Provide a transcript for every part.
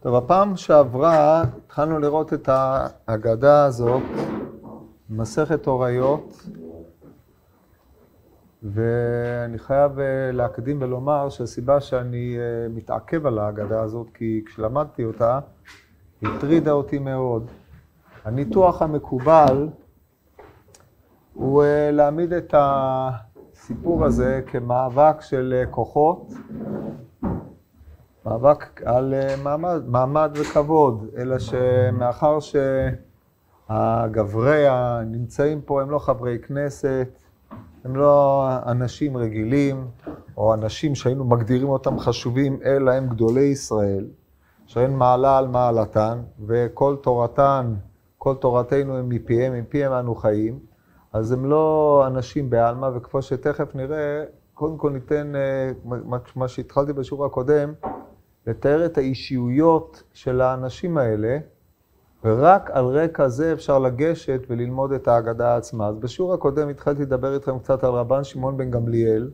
טוב, הפעם שעברה התחלנו לראות את ההגדה הזאת, מסכת הוריות, ואני חייב להקדים ולומר שהסיבה שאני מתעכב על ההגדה הזאת, כי כשלמדתי אותה, היא הטרידה אותי מאוד. הניתוח המקובל הוא להעמיד את הסיפור הזה כמאבק של כוחות, מאבק על מעמד וכבוד, אלא שמאחר שהגברי הנמצאים פה הם לא חברי כנסת, הם לא אנשים רגילים, או אנשים שהיינו מגדירים אותם חשובים, אלא הם גדולי ישראל, שאין מעלה על מעלתן, וכל תורתן, כל תורתנו הם מפיהם אנו חיים, אז הם לא אנשים בעלמא, וכפי שתכף נראה, קודם כל ניתן, מה שהתחלתי בשיעור הקודם, לתאר את האישיויות של האנשים האלה, ורק על רקע זה אפשר לגשת וללמוד את ההגדה עצמה. אז בשיעור הקודם התחלתי לדבר איתכם קצת על רבן שמעון בן גמליאל,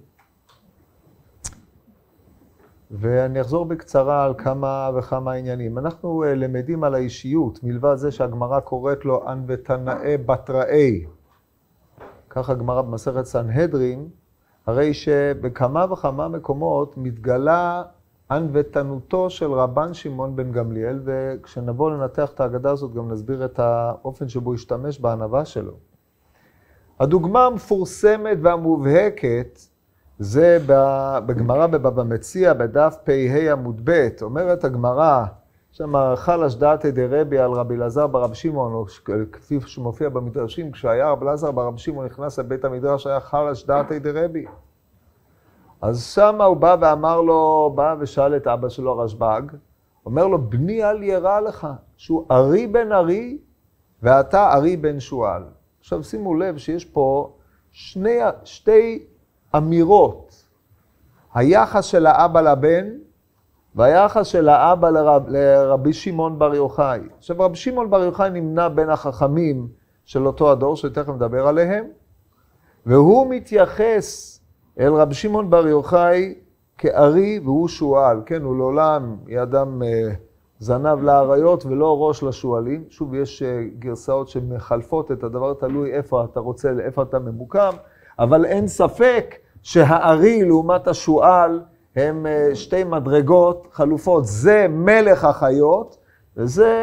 ואני אחזור בקצרה על כמה וכמה עניינים. אנחנו למדים על האישיות, מלבד זה שהגמרא קוראת לו ענוותנאי בתראי. ככה הגמרא במסכת סנהדרין, הרי שבכמה וכמה מקומות מתגלה ענוותנותו של רבן שמעון בן גמליאל, וכשנבוא לנתח את ההגדה הזאת גם נסביר את האופן שבו השתמש בענווה שלו. הדוגמה המפורסמת והמובהקת זה בגמרא בבבא מציעא בדף פ"ה עמוד ב', אומרת הגמרא, שם חלש דעתי דרבי על רבי אלעזר ברב שמעון, או כפי שמופיע במדרשים, כשהיה רבי אלעזר ברב שמעון נכנס לבית המדרש, היה חלש דעתי דרבי. אז שם הוא בא ואמר לו, בא ושאל את אבא שלו הרשב"ג, אומר לו, בני אל ירא לך, שהוא ארי בן ארי, ואתה ארי בן שועל. עכשיו שימו לב שיש פה שתי אמירות, היחס של האבא לבן, והיחס של האבא לרבי שמעון בר יוחאי. עכשיו רבי שמעון בר יוחאי נמנה בין החכמים של אותו הדור, שתכף נדבר עליהם, והוא מתייחס אל רבי שמעון בר יוחאי כארי והוא שועל. כן, הוא לעולם אדם זנב לאריות ולא ראש לשועלים. שוב, יש גרסאות שמחלפות את הדבר, תלוי איפה אתה רוצה, איפה אתה ממוקם, אבל אין ספק שהארי לעומת השועל הם שתי מדרגות חלופות. זה מלך החיות, וזה,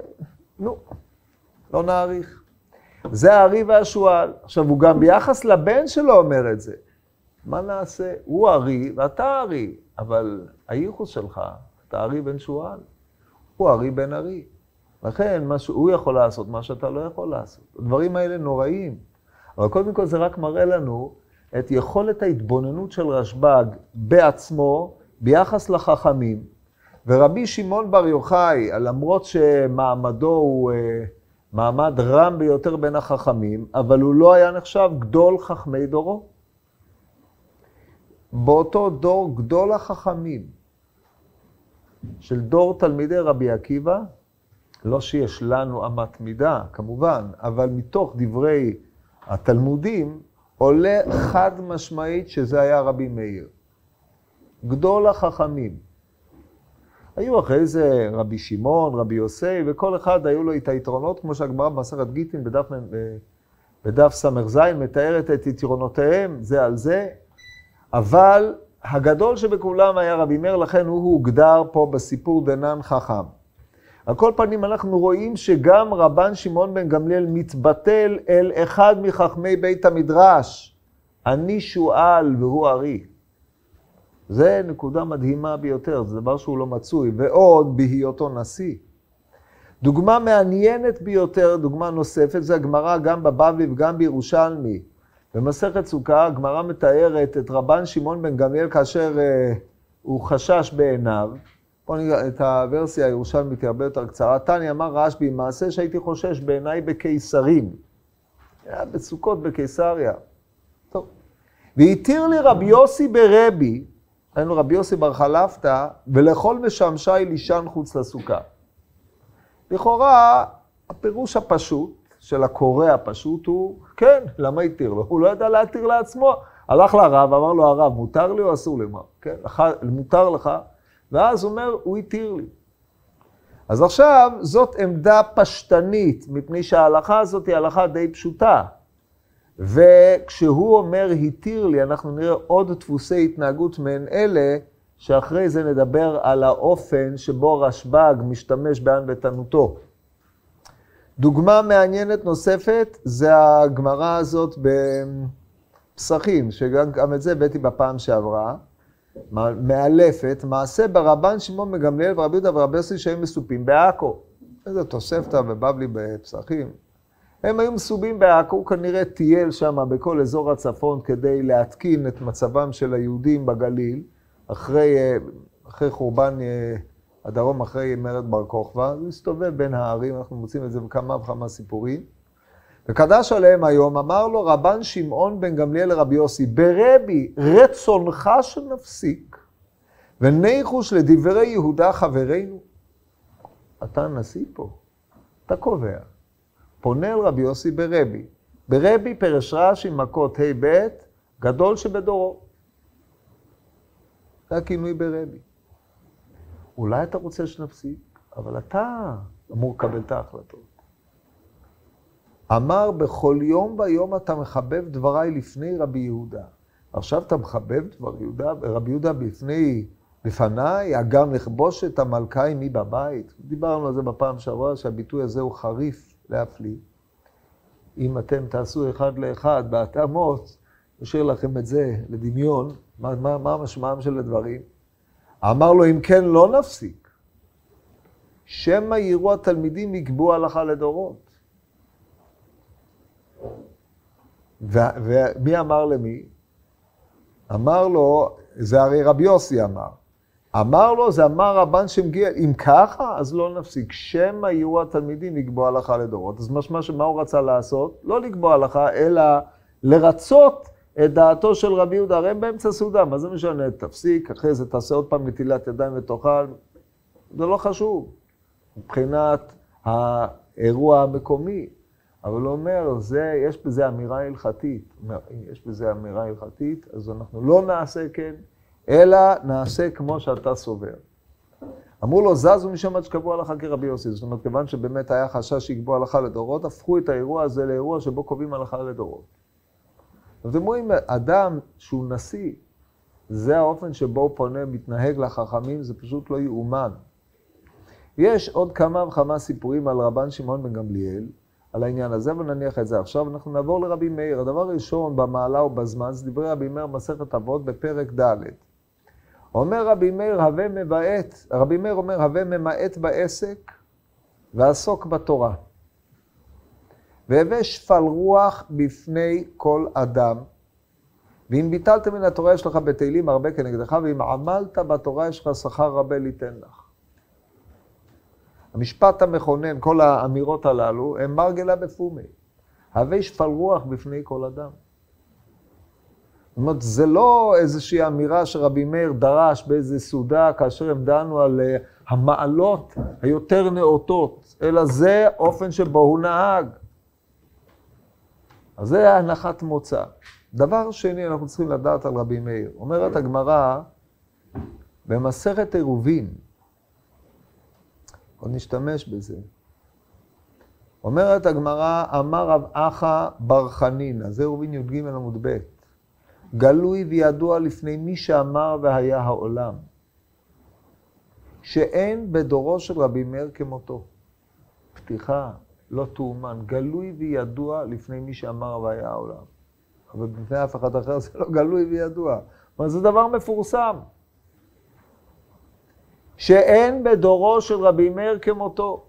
לא נעריך. זה הארי והשועל. עכשיו, הוא גם ביחס לבן שלו אומר את זה. מה נעשה? הוא ארי ואתה ארי, אבל הייחוס שלך, אתה ארי בן שועל, הוא ארי בן ארי. לכן, מה שהוא יכול לעשות, מה שאתה לא יכול לעשות. הדברים האלה נוראים. אבל קודם כל זה רק מראה לנו את יכולת ההתבוננות של רשב"ג בעצמו, ביחס לחכמים. ורבי שמעון בר יוחאי, למרות שמעמדו הוא מעמד רם ביותר בין החכמים, אבל הוא לא היה נחשב גדול חכמי דורו. באותו דור גדול החכמים של דור תלמידי רבי עקיבא, לא שיש לנו אמת מידה כמובן, אבל מתוך דברי התלמודים עולה חד משמעית שזה היה רבי מאיר. גדול החכמים. היו אחרי זה רבי שמעון, רבי יוסי, וכל אחד היו לו את היתרונות, כמו שהגמרא במסכת גיטין בדף ס"ז מתארת את יתרונותיהם זה על זה, אבל הגדול שבכולם היה רבי מאיר, לכן הוא הוגדר פה בסיפור דנן חכם. על כל פנים אנחנו רואים שגם רבן שמעון בן גמליאל מתבטל אל אחד מחכמי בית המדרש, אני שועל והוא ארי. זה נקודה מדהימה ביותר, זה דבר שהוא לא מצוי, ועוד בהיותו נשיא. דוגמה מעניינת ביותר, דוגמה נוספת, זה הגמרא גם בבבלי וגם בירושלמי. במסכת סוכה הגמרא מתארת את רבן שמעון בן גמליאל כאשר הוא חשש בעיניו. פה נראה את הוורסיה הירושלמית הרבה יותר קצרה. תניא אמר רשב"י, מעשה שהייתי חושש בעיניי בקיסרים. היה בסוכות בקיסריה. טוב. והתיר לי רבי יוסי ברבי, היינו רבי יוסי בר חלפתא, ולכל משמשי לישן חוץ לסוכה. לכאורה הפירוש הפשוט של הקורא הפשוט הוא, כן, למה התיר לו? הוא לא ידע להתיר לעצמו. הלך לרב, אמר לו הרב, מותר לי או אסור לי? כן, מותר לך. ואז הוא אומר, הוא התיר לי. אז עכשיו זאת עמדה פשטנית, מפני שההלכה הזאת היא הלכה די פשוטה. וכשהוא אומר התיר לי, אנחנו נראה עוד דפוסי התנהגות מעין אלה, שאחרי זה נדבר על האופן שבו רשב"ג משתמש בענוותנותו. דוגמה מעניינת נוספת זה הגמרא הזאת בפסחים, שגם את זה הבאתי בפעם שעברה, מאלפת, מעשה ברבן שמעון בן גמליאל ורבי יהודה ורבי יוסי שהיו מסופים בעכו. איזה תוספתא ובבלי בפסחים. הם היו מסובים בעכו, הוא כנראה טייל שם בכל אזור הצפון כדי להתקין את מצבם של היהודים בגליל, אחרי חורבן הדרום, אחרי מרד בר כוכבא, הוא הסתובב בין הערים, אנחנו מוצאים את זה בכמה וכמה סיפורים. וקדש עליהם היום, אמר לו רבן שמעון בן גמליאל לרבי יוסי, ברבי רצונך שנפסיק, וניחוש לדברי יהודה חברינו. אתה נשיא פה, אתה קובע. פונה אל רבי יוסי ברבי. ברבי פרש רש"י מכות ה' ב' גדול שבדורו. זה הכינוי ברבי. אולי אתה רוצה שנפסיק, אבל אתה אמור לקבל את ההחלטות. אמר בכל יום ויום אתה מחבב דבריי לפני רבי יהודה. עכשיו אתה מחבב דבר יהודה, רבי יהודה בפניי, אגם לכבוש את המלכה עמי בבית. דיברנו על זה בפעם שעברה, שהביטוי הזה הוא חריף להפליא. אם אתם תעשו אחד לאחד בהתאמות, נשאיר לכם את זה לדמיון, מה המשמעם של הדברים. אמר לו, אם כן לא נפסיק, שמא יראו התלמידים יקבעו הלכה לדורות. ומי אמר למי? אמר לו, זה הרי רבי יוסי אמר. אמר לו, זה אמר רבן שמגיע, אם ככה, אז לא נפסיק. שמא יראו התלמידים יקבעו הלכה לדורות. אז מה הוא רצה לעשות? לא לקבוע הלכה, אלא לרצות את דעתו של רבי יהודה. הרי הם באמצע סעודה, מה זה משנה? תפסיק, אחרי זה תעשה עוד פעם נטילת ידיים ותאכל. זה לא חשוב, מבחינת האירוע המקומי. אבל הוא אומר, יש בזה אמירה הלכתית. יש בזה אמירה הלכתית, אז אנחנו לא נעשה כן, אלא נעשה כמו שאתה סובר. אמרו לו, זזו משם עד שקבעו הלכה כרבי יוסי. זאת אומרת, כיוון שבאמת היה חשש שיקבעו הלכה לדורות, הפכו את האירוע הזה לאירוע שבו קובעים הלכה לדורות. אתם רואים, אדם שהוא נשיא, זה האופן שבו הוא פונה, מתנהג לחכמים, זה פשוט לא יאומן. יש עוד כמה וכמה סיפורים על רבן שמעון בן גמליאל, על העניין הזה, ונניח את זה. עכשיו אנחנו נעבור לרבי מאיר. הדבר הראשון במעלה ובזמן, זה דברי רבי מאיר מסכת אבות בפרק ד'. אומר רבי מאיר, רבי מאיר אומר, הווה ממעט בעסק ועסוק בתורה. והווה שפל רוח בפני כל אדם. ואם ביטלת מן התורה יש לך בתהילים הרבה כנגדך, ואם עמלת בתורה יש לך שכר רבה ליתן לך. המשפט המכונן, כל האמירות הללו, הם מרגלה בפומי. הווה שפל רוח בפני כל אדם. זאת אומרת, זה לא איזושהי אמירה שרבי מאיר דרש באיזו סעודה, כאשר הם דנו על המעלות היותר נאותות, אלא זה אופן שבו הוא נהג. אז זה הנחת מוצא. דבר שני, אנחנו צריכים לדעת על רבי מאיר. אומרת הגמרא, במסכת עירובין, עוד נשתמש בזה. אומרת הגמרא, אמר רב אחא בר חנינא, זה עירובין י"ג עמוד ב', גלוי וידוע לפני מי שאמר והיה העולם, שאין בדורו של רבי מאיר כמותו. פתיחה, לא תאומן, גלוי וידוע לפני מי שאמר והיה העולם. אבל בפני אף אחד אחר זה לא גלוי וידוע. אבל זה דבר מפורסם. שאין בדורו של רבי מאיר כמותו.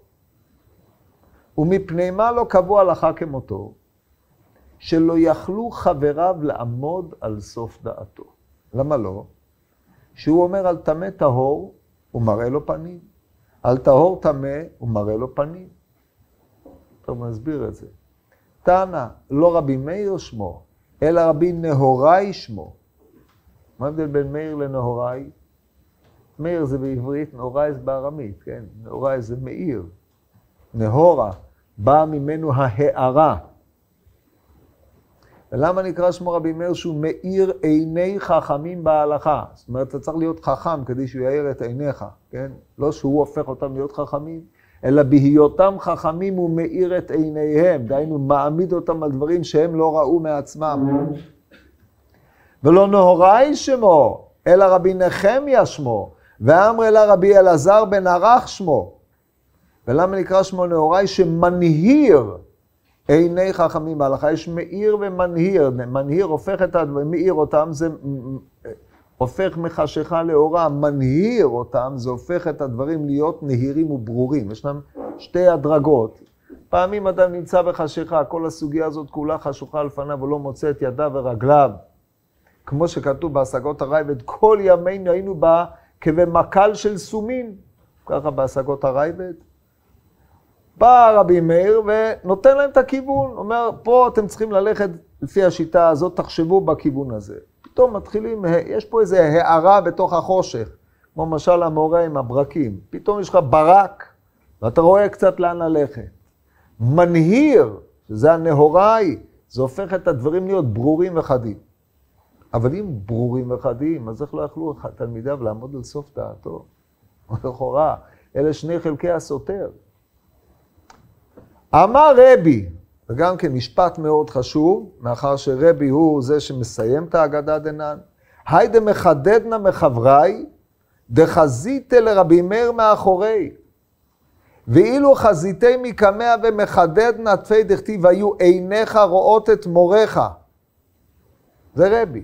ומפני מה לא קבעו הלכה כמותו? שלא יכלו חבריו לעמוד על סוף דעתו. למה לא? שהוא אומר על טמא טהור, הוא מראה לו פנים. על טהור טמא, הוא מראה לו פנים. טוב, נסביר את זה. תנא, לא רבי מאיר שמו, אלא רבי נהוראי שמו. מה ההבדל בין מאיר לנהוראי? מאיר זה בעברית, נהוראי זה בארמית, כן? נהוראי זה מאיר. נהורה, באה ממנו ההארה. ולמה נקרא שמו רבי מאיר? שהוא מאיר עיני חכמים בהלכה. זאת אומרת, אתה צריך להיות חכם כדי שהוא יאיר את עיניך, כן? לא שהוא הופך אותם להיות חכמים, אלא בהיותם חכמים הוא מאיר את עיניהם, דהיינו מעמיד אותם על דברים שהם לא ראו מעצמם. ולא נהוראי שמו, אלא רבי נחמיה שמו, ואמר לה רבי אלעזר בן ערך שמו. ולמה נקרא שמו נהוראי? שמנהיר עיני חכמים בהלכה. יש מאיר ומנהיר. מנהיר הופך את הדברים, מאיר אותם, זה הופך מחשיכה לאורה. מנהיר אותם, זה הופך את הדברים להיות נהירים וברורים. ישנם שתי הדרגות. פעמים אדם נמצא בחשיכה, כל הסוגיה הזאת כולה חשוכה לפניו, הוא לא מוצא את ידיו ורגליו. כמו שכתוב בהשגות הרייבד, כל ימינו היינו בה כבמקל של סומין. ככה בהשגות הרייבד. בא רבי מאיר ונותן להם את הכיוון. אומר, פה אתם צריכים ללכת לפי השיטה הזאת, תחשבו בכיוון הזה. פתאום מתחילים, יש פה איזו הערה בתוך החושך, כמו משל המורה עם הברקים. פתאום יש לך ברק, ואתה רואה קצת לאן ללכת. מנהיר, שזה הנהוראי, זה הופך את הדברים להיות ברורים וחדים. אבל אם ברורים וחדים, אז איך לא יכלו תלמידיו לעמוד על סוף דעתו? לכאורה, אלה שני חלקי הסותר. אמר רבי, וגם כן משפט מאוד חשוב, מאחר שרבי הוא זה שמסיים את ההגדה דנן, היידה מחדדנה מחברי, דחזית לרבי מאיר מאחורי, ואילו חזיתי מקמיה ומחדדנה תפי דכתיב, היו עיניך רואות את מורך. זה רבי.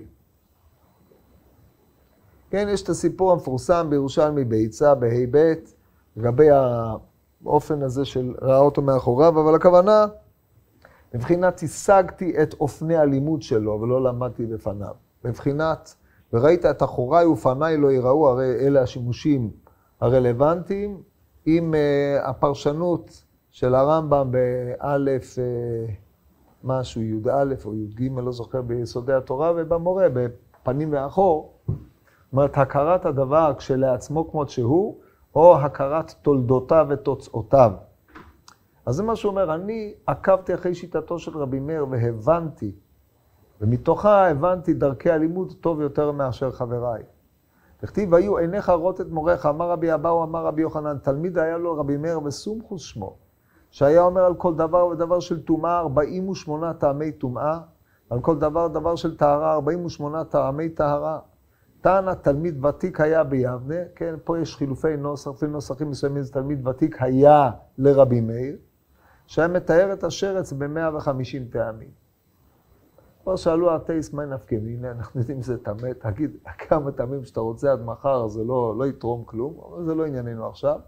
כן, יש את הסיפור המפורסם בירושלמי ביצה, בהי בית, לגבי האופן הזה של ראה אותו מאחוריו, אבל הכוונה, מבחינת השגתי את אופני הלימוד שלו, ולא למדתי בפניו. מבחינת, וראית את אחוריי ופניי לא יראו, הרי אלה השימושים הרלוונטיים, עם הפרשנות של הרמב"ם באלף, משהו י"א או י"ג, לא זוכר, ביסודי התורה, ובמורה, בפנים ואחור. זאת אומרת, הכרת הדבר כשלעצמו כמות שהוא, או הכרת תולדותיו ותוצאותיו. אז זה מה שהוא אומר, אני עקבתי אחרי שיטתו של רבי מאיר והבנתי, ומתוכה הבנתי דרכי הלימוד טוב יותר מאשר חבריי. תכתיב, היו עיניך רואות את מורך, אמר רבי אבאו, אמר רבי יוחנן, תלמיד היה לו רבי מאיר וסומכוס שמו, שהיה אומר על כל דבר ודבר של טומאה, 48 טעמי טומאה, על כל דבר דבר של טהרה, 48 טעמי טהרה. תנא תלמיד ותיק היה ביבנה, כן, פה יש חילופי נוסח, לפי נוסחים מסוימים זה תלמיד ותיק היה לרבי מאיר, שהיה מתאר את השרץ ב-150 טעמים. כבר שאלו הטייס, מה נפקא מינה? אנחנו יודעים שזה טמא, תגיד כמה טעמים שאתה רוצה עד מחר, זה לא יתרום כלום, אבל זה לא ענייננו עכשיו.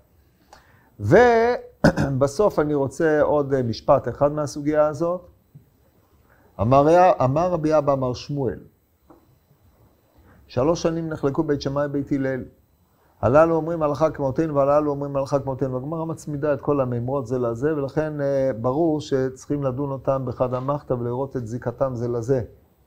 ובסוף אני רוצה עוד משפט אחד מהסוגיה הזאת. אמר רבי אבא, אמר שמואל, 3 שנים נחלקו בית שמאי ובית הלל. הללו אומרים הלכה כמותנו והללו אומרים הלכה כמותנו. הגמרא מצמידה את כל המאמרות זה לזה, ולכן ברור שצריכים לדון אותם בחד המחתא ולראות את זיקתם זה לזה.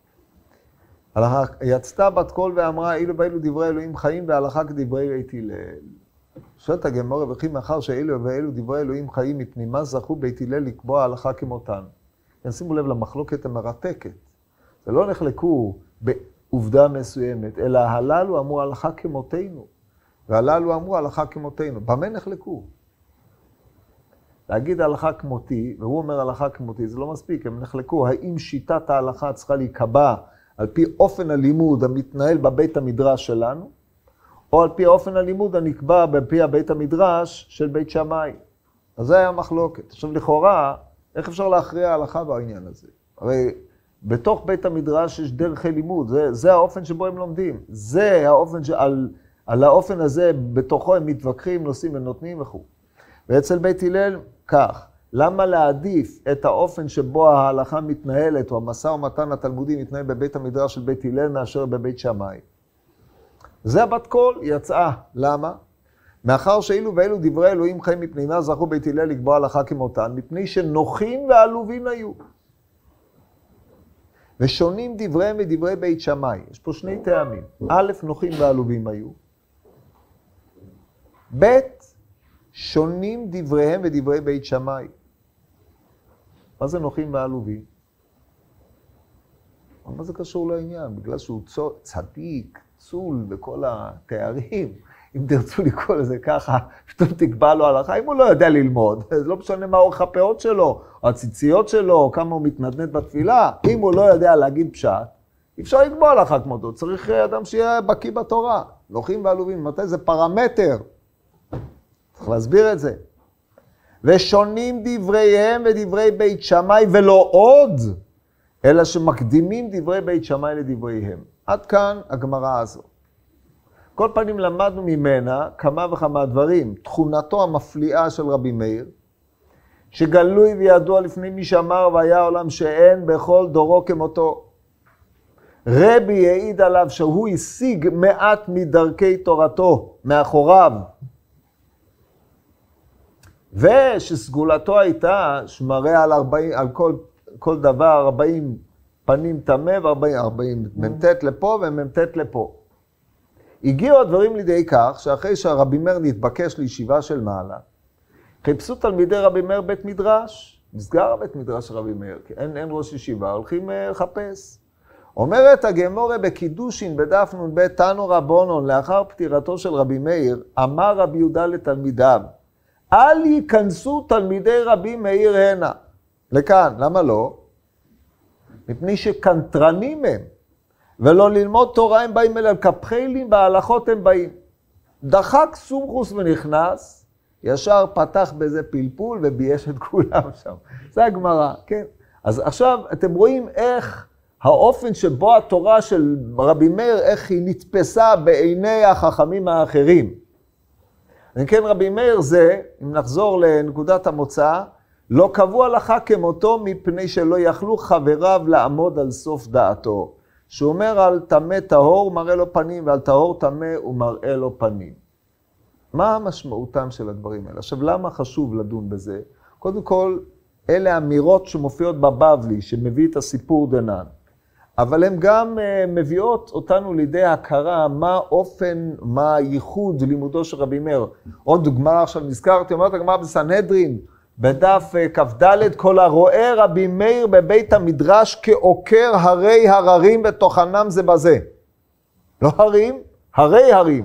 יצתה בת קול ואמרה, אילו ואילו דברי אלוהים חיים והלכה כדברי בית הלל. שואלת הגמרא, וכי מאחר שאילו ואילו דברי אלוהים חיים, מפני מה זכו בית הלל לקבוע הלכה כמותן? שימו לב למחלוקת המרתקת. זה לא נחלקו בעובדה מסוימת, אלא הללו אמרו הלכה כמותנו, והללו אמרו הלכה כמותנו. במה נחלקו? להגיד הלכה כמותי, והוא אומר הלכה כמותי, זה לא מספיק, הם נחלקו. האם שיטת ההלכה צריכה להיקבע על פי אופן הלימוד המתנהל בבית המדרש שלנו, או על פי אופן הלימוד הנקבע בפי הבית המדרש של בית שמאי. אז זה היה המחלוקת. עכשיו לכאורה, איך אפשר להכריע ההלכה בעניין הזה? הרי בתוך בית המדרש יש דרכי לימוד, זה האופן שבו הם לומדים. זה האופן על האופן הזה בתוכו הם מתווכחים, נושאים ונותנים וכו'. ואצל בית הלל כך, למה להעדיף את האופן שבו ההלכה מתנהלת, או המשא ומתן התלמודי מתנהל בבית המדרש של בית הלל מאשר בבית שמאי? זה הבת קול יצאה. למה? מאחר שאילו ואילו דברי אלוהים חיים, מפני מה זכו בית הלל לקבוע הלכה כמותן, מפני שנוחים ועלובים היו. ושונים דבריהם ודברי בית שמאי. יש פה 2 טעמים. א', נוחים ועלובים היו. ב', שונים דבריהם ודברי בית שמאי. מה זה נוחים ועלובים? מה זה קשור לעניין? בגלל שהוא צדיק, צול בכל התארים, אם תרצו לקרוא לזה ככה, פתאום תקבע לו הלכה, אם הוא לא יודע ללמוד, זה לא משנה מה אורך הפאות שלו, או הציציות שלו, או כמה הוא מתנדנד בתפילה, אם הוא לא יודע להגיד פשט, אי אפשר לקבוע הלכה כמותו, צריך אדם שיהיה בקיא בתורה, לוחים ועלובים, מתי זה פרמטר, צריך להסביר את זה. ושונים דבריהם ודברי בית שמאי ולא עוד, אלא שמקדימים דברי בית שמאי לדבריהם. עד כאן הגמרא הזו. כל פנים למדנו ממנה כמה וכמה דברים. תכונתו המפליאה של רבי מאיר, שגלוי וידוע לפני מי שאמר והיה עולם שאין בכל דורו כמותו. רבי העיד עליו שהוא השיג מעט מדרכי תורתו מאחוריו. ושסגולתו הייתה שמראה על כל דבר 40 פנים טמא ו40 ממתת לפה וממתת לפה. הגיעו הדברים לידי כך שאחרי שהרבי מאיר נתבקש לישיבה של מעלה, חיפשו תלמידי רבי מאיר בית מדרש, נסגר בית מדרש של רבי מאיר, כי אין ראש ישיבה, הולכים לחפש. אומרת הגמורה בקידושין בדף נ"ב תנו רבונון, לאחר פטירתו של רבי מאיר, אמר רבי יהודה לתלמידיו, אל ייכנסו תלמידי רבי מאיר הנה. לכאן, למה לא? מפני שקנטרנים הם, ולא ללמוד תורה הם באים, אלא לקפחלים בהלכות הם באים. דחק סומכוס ונכנס, ישר פתח בזה פלפול ובייש את כולם שם. זה הגמרא, כן? אז עכשיו אתם רואים איך האופן שבו התורה של רבי מאיר, איך היא נתפסה בעיני החכמים האחרים. וכן רבי מאיר זה, אם נחזור לנקודת המוצא, לא קבעו הלכה כמותו מפני שלא יכלו חבריו לעמוד על סוף דעתו. שהוא אומר על טמא טהור מראה לו פנים ועל טהור טמא הוא מראה לו פנים. מה המשמעותם של הדברים האלה? עכשיו למה חשוב לדון בזה? קודם כל, אלה אמירות שמופיעות בבבלי, שמביא את הסיפור דנן. אבל הן גם מביאות אותנו לידי הכרה מה ייחוד לימודו של רבי מאיר. עוד דוגמה עכשיו נזכרתי, אומרת הגמרא בסנהדרין, בדף כ"ד, כל הרואה רבי מאיר בבית המדרש כעוקר הרי הררים בתוכנם זה בזה. לא הרים, הרי הרים.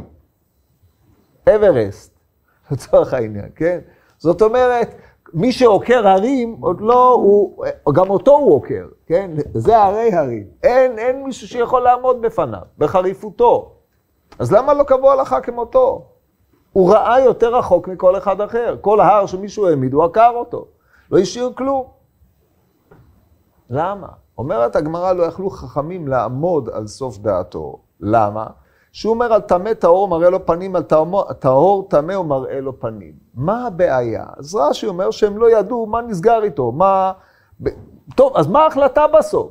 אברסט, לצורך העניין, כן? זאת אומרת, מי שעוקר הרים, עוד לא, גם אותו הוא עוקר, כן? זה הרי הרים. אין מישהו שיכול לעמוד בפניו, בחריפותו. אז למה לא קבעו הלכה כמותו? הוא ראה יותר רחוק מכל אחד אחר. כל הר שמישהו העמיד, הוא עקר אותו. לא השאיר כלום. למה? אומרת הגמרא, לא יכלו חכמים לעמוד על סוף דעתו. למה? שהוא אומר על טמא טהור מראה לו פנים, על טהור טמא הוא מראה לו פנים. מה הבעיה? אז רש"י אומר שהם לא ידעו מה נסגר איתו. טוב, אז מה ההחלטה בסוף?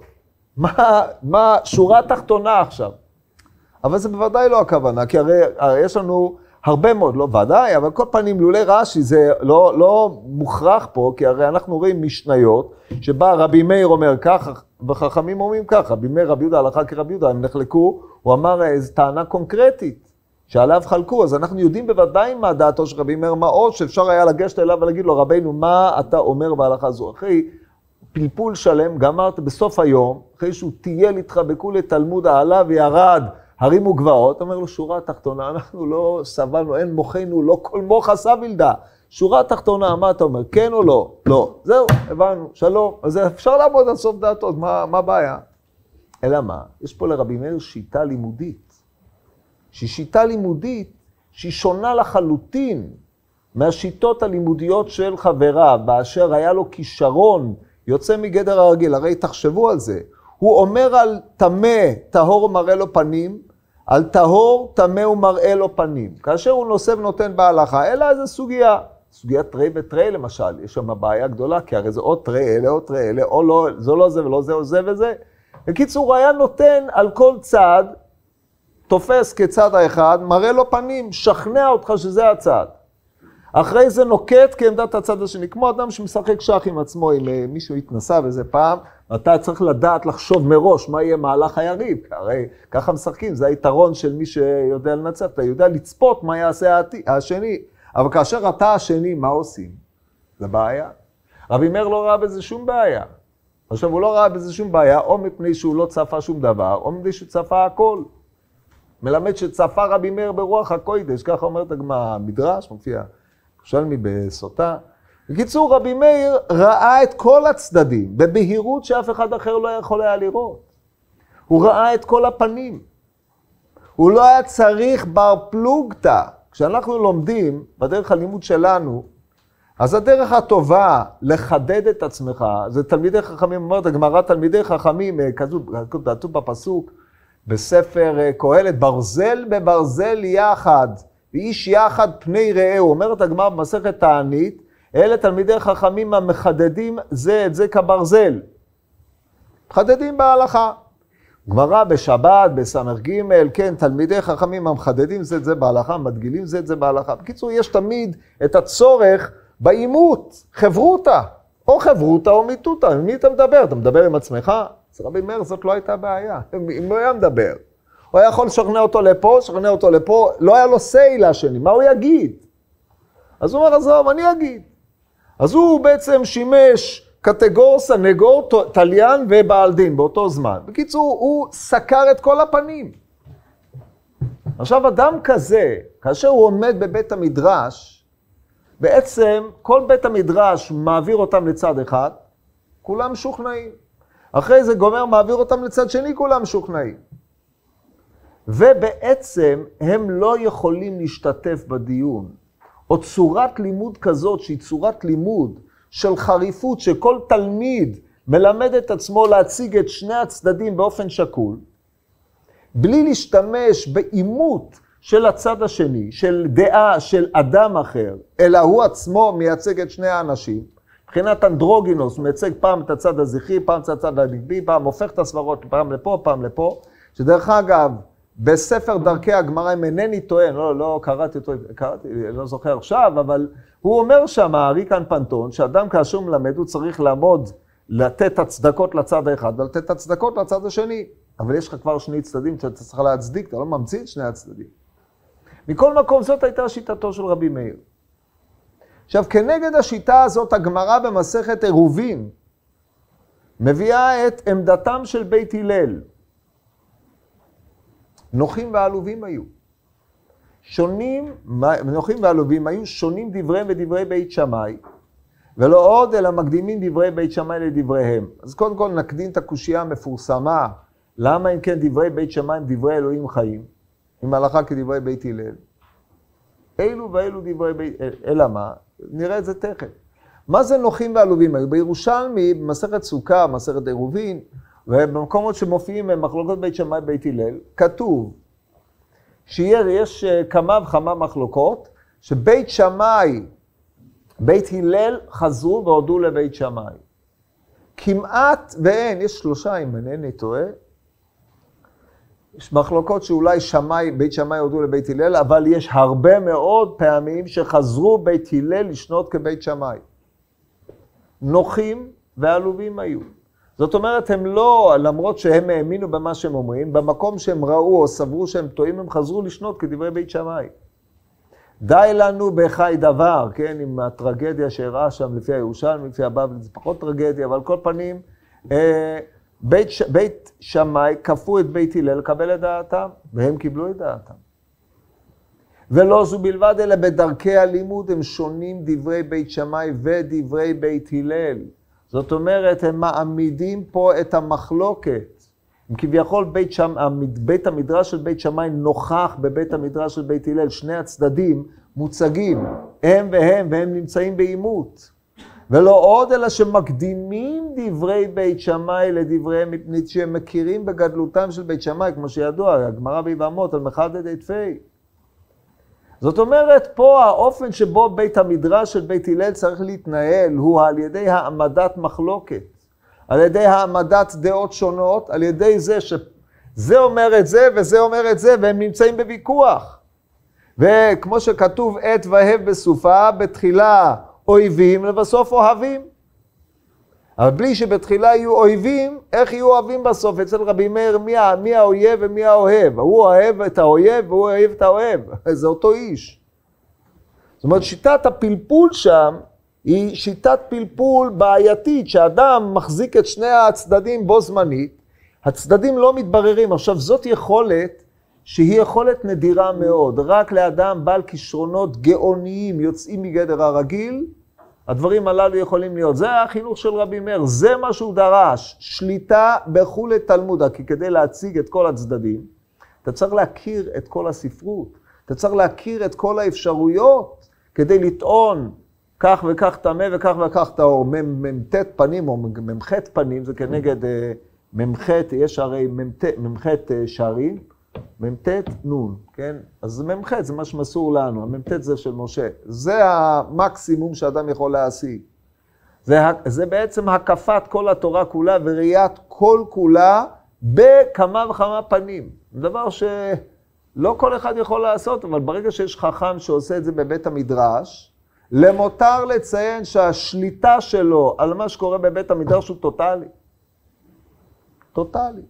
מה שורה תחתונה עכשיו? אבל זה בוודאי לא הכוונה, כי הרי יש לנו הרבה מאוד, לא ודאי, אבל כל פנים לולי רש"י זה לא מוכרח פה, כי הרי אנחנו רואים משניות, שבה רבי מאיר אומר ככה, וחכמים אומרים ככה, רבי מאיר, רבי יהודה, הלכה כרבי יהודה, הם נחלקו, הוא אמר איזו טענה קונקרטית, שעליו חלקו, אז אנחנו יודעים בוודאי מה דעתו של רבי מאיר, מה עוד שאפשר היה לגשת אליו ולהגיד לו, רבינו, מה אתה אומר בהלכה זו? אחרי פלפול שלם, גמרת בסוף היום, אחרי שהוא טייל איתך בכולי תלמוד העלה וירד, הרימו גבעות, אומר לו, שורה תחתונה, אנחנו לא סבלנו, אין מוחנו, לא כל מוח סבילדה. שורה תחתונה, מה אתה אומר, כן או לא? לא. זהו, הבנו, שלום. אז אפשר לעמוד על סוף דעתו, מה הבעיה? אלא מה? יש פה לרבי מאיר שיטה לימודית. שהיא שיטה לימודית שהיא שונה לחלוטין מהשיטות הלימודיות של חבריו, באשר היה לו כישרון יוצא מגדר הרגיל. הרי תחשבו על זה. הוא אומר על טמא, טהור מראה לו פנים, על טהור, טמא ומראה לו פנים. כאשר הוא נושא ונותן בהלכה, אלא איזו סוגיה. סוגיית תרי ותרי למשל, יש שם בעיה גדולה, כי הרי זה או תרי אלה או תרי אלה, או לא, זה לא זה ולא זה או זה וזה. בקיצור, הוא היה נותן על כל צד, תופס כצד האחד, מראה לו פנים, שכנע אותך שזה הצד. אחרי זה נוקט כעמדת הצד השני, כמו אדם שמשחק שח עם עצמו, אם מישהו התנסה וזה פעם, אתה צריך לדעת לחשוב מראש מה יהיה מהלך היריב, הרי ככה משחקים, זה היתרון של מי שיודע לנצח, אתה יודע לצפות מה יעשה השני, אבל כאשר אתה השני, מה עושים? זה בעיה. רבי מאיר לא ראה בזה שום בעיה. עכשיו, הוא לא ראה בזה שום בעיה, או מפני שהוא לא צפה שום דבר, או מפני שהוא צפה הכל. מלמד שצפה רבי מאיר ברוח הקודש, ככה אומרת המדרש, מופיע ירושלמי בסוטה. בקיצור, רבי מאיר ראה את כל הצדדים, בבהירות שאף אחד אחר לא יכול היה לראות. הוא ראה את כל הפנים. הוא לא היה צריך בר פלוגתא. כשאנחנו לומדים בדרך הלימוד שלנו, אז הדרך הטובה לחדד את עצמך, זה תלמידי חכמים, אומרת הגמרא תלמידי חכמים, כתוב בפסוק, בספר קהלת, ברזל בברזל יחד, ואיש יחד פני רעהו. אומרת הגמרא במסכת תענית, אלה תלמידי חכמים המחדדים זה את זה כברזל. מחדדים בהלכה. גמרא בשבת, בסמ"ך ג', כן, תלמידי חכמים המחדדים זה את זה בהלכה, מדגילים זה את זה בהלכה. בקיצור, יש תמיד את הצורך באימות, חברותא, או חברותא או מיתותא. עם מי אתה מדבר? אתה מדבר עם עצמך? אז רבי מאיר זאת לא הייתה בעיה, אם הוא היה מדבר. הוא היה יכול לשכנע אותו לפה, לשכנע אותו לפה, לא היה לו סי לשני, מה הוא יגיד? אז הוא אומר, עזוב, אני אגיד. אז הוא בעצם שימש קטגור, סנגור, תליין ובעל דין באותו זמן. בקיצור, הוא סקר את כל הפנים. עכשיו, אדם כזה, כאשר הוא עומד בבית המדרש, בעצם כל בית המדרש מעביר אותם לצד אחד, כולם שוכנעים. אחרי זה גומר מעביר אותם לצד שני, כולם שוכנעים. ובעצם הם לא יכולים להשתתף בדיון. או צורת לימוד כזאת, שהיא צורת לימוד של חריפות, שכל תלמיד מלמד את עצמו להציג את שני הצדדים באופן שקול, בלי להשתמש באימות של הצד השני, של דעה של אדם אחר, אלא הוא עצמו מייצג את שני האנשים. מבחינת אנדרוגינוס, מייצג פעם את הצד הזכרי, פעם את הצד הנגבי, פעם הופך את הסברות, פעם לפה, פעם לפה, שדרך אגב, בספר דרכי הגמרא, אם אינני טוען, לא קראתי אותו, לא זוכר עכשיו, אבל הוא אומר שם, אריקן פנטון, שאדם כאשר מלמד, הוא צריך לעמוד, לתת הצדקות לצד האחד, ולתת הצדקות לצד השני. אבל יש לך כבר שני צדדים, שאתה צריך להצדיק, אתה לא ממציא את שני הצדדים. מכל מקום, זאת הייתה שיטתו של רבי מאיר. עכשיו, כנגד השיטה הזאת, הגמרא במסכת עירובין, מביאה את עמדתם של בית הלל. נוחים ועלובים היו. נוחים ועלובים היו שונים דבריהם ודברי בית שמאי, ולא עוד אלא מקדימים דברי בית שמאי לדבריהם. אז קודם כל נקדים את הקושייה המפורסמה, למה אם כן דברי בית שמאי הם דברי אלוהים חיים, עם הלכה כדברי בית הלל. אילו ואילו דברי בית, אלא מה? נראה את זה תכף. מה זה נוחים ועלובים היו? בירושלמי, במסכת סוכה, מסכת עירובין, ובמקומות שמופיעים מחלוקות בית שמאי בית הלל, כתוב שיש כמה וכמה מחלוקות, שבית שמאי, בית הלל חזרו והודו לבית שמאי. כמעט ואין, יש שלושה אם אינני טועה, יש מחלוקות שאולי בית שמאי הודו לבית הלל, אבל יש הרבה מאוד פעמים שחזרו בית הלל לשנות כבית שמאי. נוחים ועלובים היו. זאת אומרת, הם לא, למרות שהם האמינו במה שהם אומרים, במקום שהם ראו או סברו שהם טועים, הם חזרו לשנות כדברי בית שמאי. די לנו בחי דבר, כן, עם הטרגדיה שהראה שם לפי הירושלמי, לפי הבבלי, זה פחות טרגדיה, אבל כל פנים, בית שמאי כפו את בית הלל לקבל את דעתם, והם קיבלו את דעתם. ולא זו בלבד, אלא בדרכי הלימוד הם שונים דברי בית שמאי ודברי בית הלל. זאת אומרת, הם מעמידים פה את המחלוקת. כביכול בית המדרש של בית שמאי נוכח בבית המדרש של בית הלל. שני הצדדים מוצגים, הם והם נמצאים בעימות. ולא עוד, אלא שמקדימים דברי בית שמאי לדבריהם, מפני שהם מכירים בגדלותם של בית שמאי, כמו שידוע, הגמרא ביבמות על מחדד דתפי. זאת אומרת, פה האופן שבו בית המדרש של בית הלל צריך להתנהל, הוא על ידי העמדת מחלוקת, על ידי העמדת דעות שונות, על ידי זה שזה אומר את זה וזה אומר את זה, והם נמצאים בוויכוח. וכמו שכתוב, עת והב בסופה, בתחילה אויבים, לבסוף אוהבים. אבל בלי שבתחילה יהיו אויבים, איך יהיו אוהבים בסוף? אצל רבי מאיר, מי האויב ומי האוהב? הוא אוהב את האויב והוא אוהב את האוהב. זה אותו איש. זאת אומרת, שיטת הפלפול שם היא שיטת פלפול בעייתית, שאדם מחזיק את שני הצדדים בו זמנית, הצדדים לא מתבררים. עכשיו, זאת יכולת שהיא יכולת נדירה מאוד. רק לאדם בעל כישרונות גאוניים יוצאים מגדר הרגיל, הדברים הללו יכולים להיות. זה החינוך של רבי מאיר, זה מה שהוא דרש, שליטה בכולי תלמודה, כי כדי להציג את כל הצדדים, אתה צריך להכיר את כל הספרות, אתה צריך להכיר את כל האפשרויות, כדי לטעון כך וכך טמא וכך וכך טהור, מ"ט פנים או מ"ח פנים, זה כנגד מ"ח, יש הרי מ"ח שערים, מ"ט נון, כן? אז מ"ח זה מה שמסור לנו, המ"ט זה של משה. זה המקסימום שאדם יכול להשיג. זה בעצם הקפת כל התורה כולה וראיית כל כולה בכמה וכמה פנים. דבר שלא כל אחד יכול לעשות, אבל ברגע שיש חכם שעושה את זה בבית המדרש, למותר לציין שהשליטה שלו על מה שקורה בבית המדרש הוא טוטלי. טוטלי.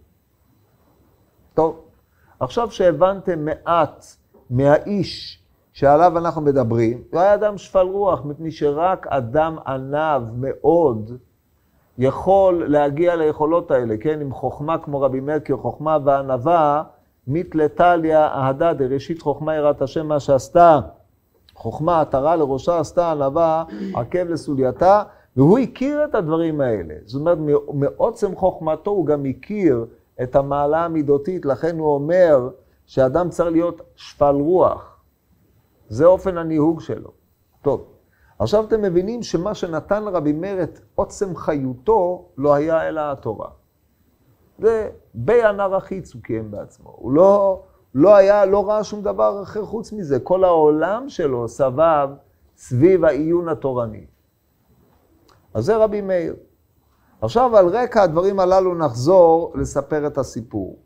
טוב. עכשיו שהבנתם מעט מהאיש שעליו אנחנו מדברים, הוא היה אדם שפל רוח, מפני שרק אדם ענב מאוד יכול להגיע ליכולות האלה, כן? עם חוכמה כמו רבי מאיר, כי חוכמה וענבה, מתלתליה אהדה, דראשית חוכמה יראת השם מה שעשתה, חוכמה עטרה לראשה עשתה ענבה, עקב לסולייתה, והוא הכיר את הדברים האלה. זאת אומרת, מעוצם חוכמתו הוא גם הכיר את המעלה המידותית, לכן הוא אומר שאדם צריך להיות שפל רוח. זה אופן הניהוג שלו. טוב, עכשיו אתם מבינים שמה שנתן רבי מאיר את עוצם חיותו לא היה אלא התורה. זה בינר החיץ הוא קיים בעצמו. הוא לא ראה שום דבר אחר חוץ מזה. כל העולם שלו סבב סביב העיון התורני. אז זה רבי מאיר. עכשיו על רקע הדברים הללו נחזור לספר את הסיפור.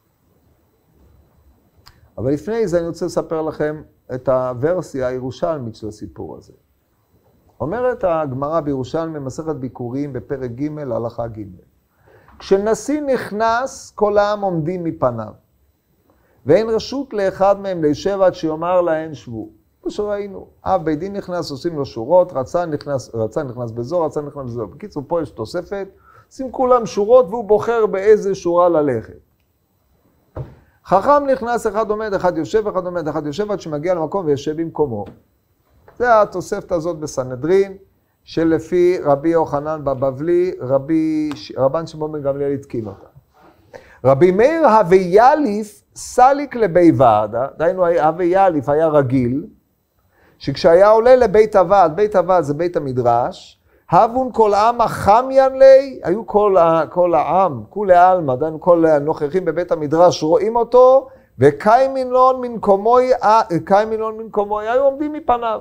אבל לפני זה אני רוצה לספר לכם את הוורסיה הירושלמית של הסיפור הזה. אומרת הגמרא בירושלמי מסכת ביקורים בפרק ג' הלכה ג'. כשנשיא נכנס כל העם עומדים מפניו, ואין רשות לאחד מהם להישב עד שיאמר להן שבו. כמו שראינו, אב בית דין נכנס, עושים לו שורות, רצה נכנס בזו, רצה נכנס בזו. בקיצור, פה יש תוספת, עושים כולם שורות והוא בוחר באיזה שורה ללכת. חכם נכנס, אחד עומד, אחד יושב, אחד עומד, אחד יושב, עד שמגיע למקום וישב במקומו. זה התוספת הזאת בסנהדרין, שלפי רבי יוחנן בבבלי, רבן שמעון בן גמליאל התקין אותה. רבי מאיר הוויאליף סליק לבי ועדה, דהיינו הוויאליף היה רגיל, שכשהיה עולה לבית הוועד, בית הוועד זה בית המדרש, הבון כל העם החמיין לי, היו כל העם, כולי עלמא, דהיינו כל הנוכחים בבית המדרש רואים אותו, וקיימינלון מנקומוי, היו עומדים מפניו.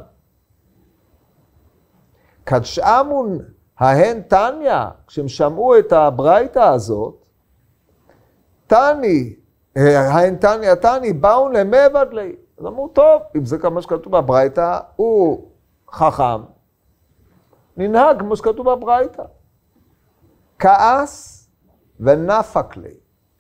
קדשאמון ההן תניא, כשהם שמעו את הברייתא הזאת, ההן תניא, באו למבד לי. אז אמרו, טוב, אם זה כמה שכתוב בברייתא, הוא חכם. ננהג כמו שכתוב בברייתא. כעס ונפק לי.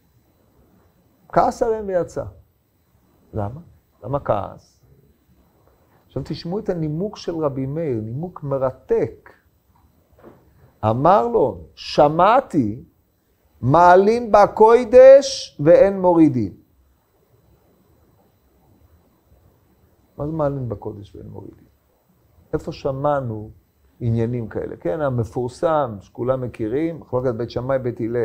כעס עליהם ויצא. למה? למה כעס? עכשיו תשמעו את הנימוק של רבי מאיר, נימוק מרתק. אמר לו, שמעתי, מעלין בקוידש ואין מורידין. מה זה מעלין בקודש ואין מורידין? איפה שמענו עניינים כאלה? כן, המפורסם, שכולם מכירים, מחלוקת בית שמאי בית הלל.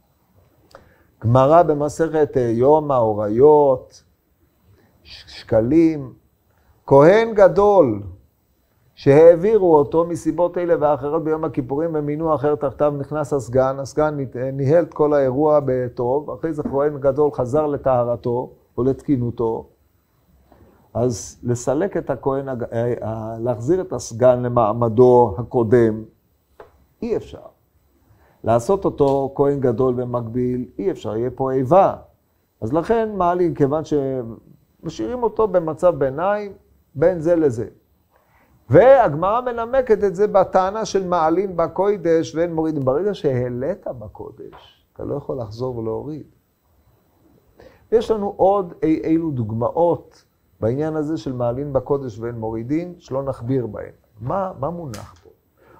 גמרא במסכת יומא, אוריות, שקלים, כהן גדול, שהעבירו אותו מסיבות אלה ואחרות ביום הכיפורים ומינו אחר תחתיו, נכנס הסגן ניהל את כל האירוע בטוב, אחרי זה כהן גדול חזר לטהרתו או לתקינותו, אז לסלק את הכהן, להחזיר את הסגן למעמדו הקודם, אי אפשר. לעשות אותו כהן גדול במקביל, אי אפשר, יהיה פה איבה. אז לכן מעלים, כיוון שמשאירים אותו במצב ביניים, בין זה לזה. והגמרא מנמקת את זה בטענה של מעלין בקודש ואין מורידים. ברגע שהעלית בקודש, אתה לא יכול לחזור ולהוריד. יש לנו עוד אילו דוגמאות בעניין הזה של מעלין בקודש ואין מורידים, שלא נכביר בהן. מה מונח פה?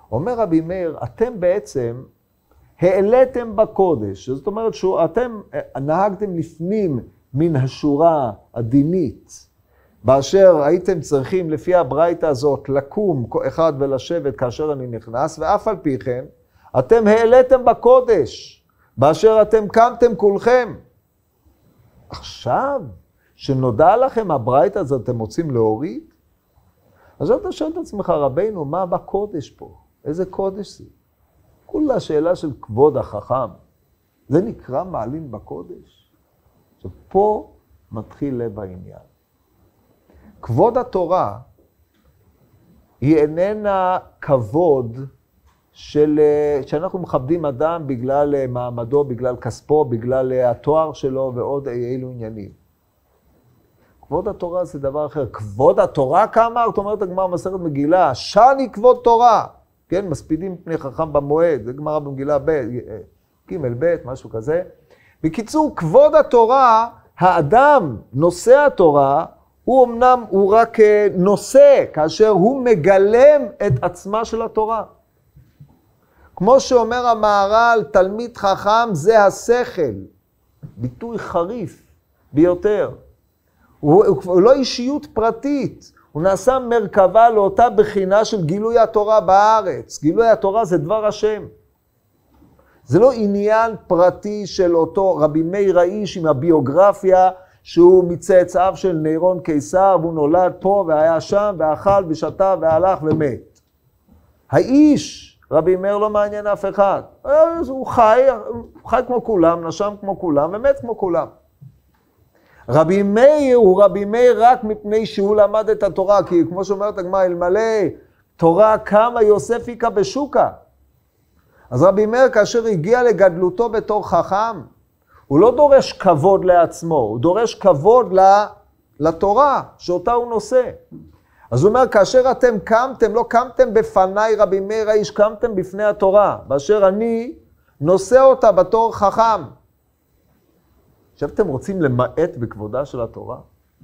אומר רבי מאיר, אתם בעצם העליתם בקודש, זאת אומרת שאתם נהגתם לפנים מן השורה הדינית, באשר הייתם צריכים לפי הברייתא הזאת לקום אחד ולשבת כאשר אני נכנס, ואף על פי כן, אתם העליתם בקודש, באשר אתם קמתם כולכם. עכשיו, שנודע לכם הברייתא הזאת, אתם רוצים להוריד? אז אתה שואל את עצמך, רבינו, מה בקודש פה? איזה קודש זה? כולה שאלה של כבוד החכם. זה נקרא מעלים בקודש. עכשיו, פה מתחיל לב העניין. כבוד התורה היא איננה כבוד שאנחנו מכבדים אדם בגלל מעמדו, בגלל כספו, בגלל התואר שלו ועוד אילו עניינים. כבוד התורה זה דבר אחר. כבוד התורה כמה? זאת אומרת, הגמרא במסכת מגילה, שני כבוד תורה. כן, מספידים פני חכם במועד, זה גמרא במגילה ג' ב', משהו כזה. בקיצור, כבוד התורה, האדם, נושא התורה, הוא אמנם, הוא רק נושא, כאשר הוא מגלם את עצמה של התורה. כמו שאומר המהר"ל, תלמיד חכם זה השכל. ביטוי חריף ביותר. הוא לא אישיות פרטית, הוא נעשה מרכבה לאותה בחינה של גילוי התורה בארץ. גילוי התורה זה דבר השם. זה לא עניין פרטי של אותו רבי מאיר האיש עם הביוגרפיה, שהוא מצאצאיו של נירון קיסר, והוא נולד פה והיה שם, ואכל ושתה והלך ומת. האיש, רבי מאיר לא מעניין אף אחד. הוא חי כמו כולם, נשם כמו כולם ומת כמו כולם. רבי מאיר הוא רבי מאיר רק מפני שהוא למד את התורה, כי כמו שאומרת הגמרא, אלמלא תורה כמה יוסף היכה בשוקה. אז רבי מאיר כאשר הגיע לגדלותו בתור חכם, הוא לא דורש כבוד לעצמו, הוא דורש כבוד לתורה שאותה הוא נושא. אז הוא אומר, כאשר אתם קמתם, לא קמתם בפניי רבי מאיר האיש, קמתם בפני התורה, באשר אני נושא אותה בתור חכם. עכשיו אתם רוצים למעט בכבודה של התורה?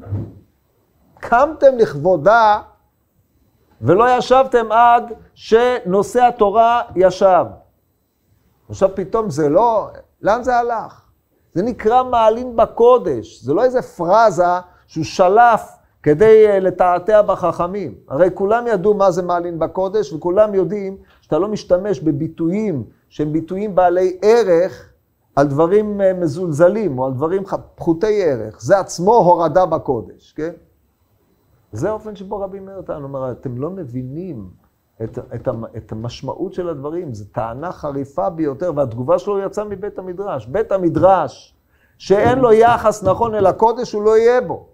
קמתם לכבודה ולא ישבתם עד שנושא התורה ישב. עכשיו פתאום זה לא, לאן זה הלך? זה נקרא מעלים בקודש, זה לא איזה פרזה שהוא שלף כדי לתעתע בחכמים. הרי כולם ידעו מה זה מעלים בקודש, וכולם יודעים שאתה לא משתמש בביטויים שהם ביטויים בעלי ערך על דברים מזולזלים או על דברים פחותי ערך. זה עצמו הורדה בקודש, כן? זה האופן שבו רבי מאיר אותנו אומר, אתם לא מבינים את המשמעות של הדברים, זו טענה חריפה ביותר, והתגובה שלו יצאה מבית המדרש. בית המדרש, שאין לו יחס נכון אל הקודש, הוא לא יהיה בו.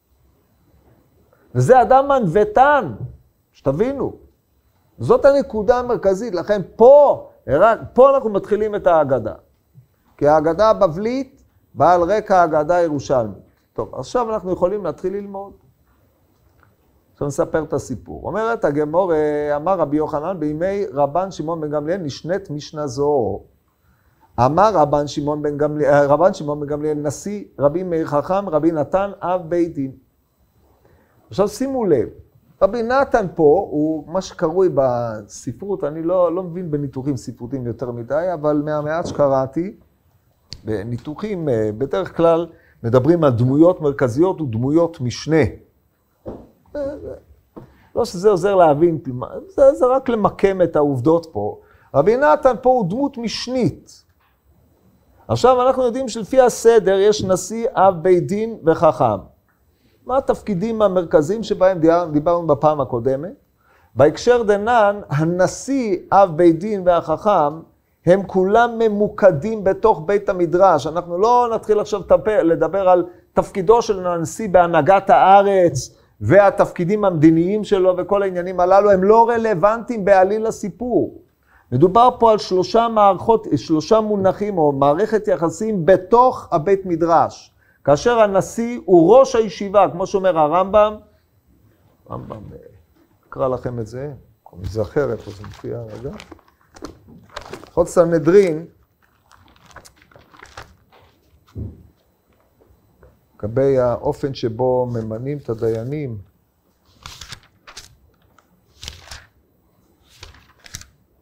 וזה אדם מנוותן, שתבינו. זאת הנקודה המרכזית, לכן פה אנחנו מתחילים את ההגדה. כי ההגדה הבבלית באה על רקע ההגדה הירושלמית. טוב, עכשיו אנחנו יכולים להתחיל ללמוד. עכשיו נספר את הסיפור. אומרת הגמור, אמר רבי יוחנן, בימי רבן שמעון בן גמליאל נשנית משנה זו. אמר רבן שמעון בן גמליאל, נשיא רבי מאיר חכם, רבי נתן אב בית דין. עכשיו שימו לב, רבי נתן פה הוא מה שקרוי בספרות, אני לא מבין בניתוחים ספרותיים יותר מדי, אבל מהמעט שקראתי, בניתוחים בדרך כלל מדברים על דמויות מרכזיות ודמויות משנה. לא שזה עוזר להבין, זה רק למקם את העובדות פה. רבי נתן פה הוא דמות משנית. עכשיו אנחנו יודעים שלפי הסדר יש נשיא, אב בית דין וחכם. מה התפקידים המרכזיים שבהם דיברנו בפעם הקודמת? בהקשר דנן, הנשיא, אב בית דין והחכם, הם כולם ממוקדים בתוך בית המדרש. אנחנו לא נתחיל עכשיו לדבר על תפקידו של הנשיא בהנהגת הארץ, והתפקידים המדיניים שלו וכל העניינים הללו, הם לא רלוונטיים בעליל הסיפור. מדובר פה על שלושה מונחים או מערכת יחסים בתוך הבית מדרש. כאשר הנשיא הוא ראש הישיבה, כמו שאומר הרמב"ם, אקרא לכם את זה, זה אחר, איפה זה מופיע רגע. הלכות סנהדרין, לגבי האופן שבו ממנים את הדיינים,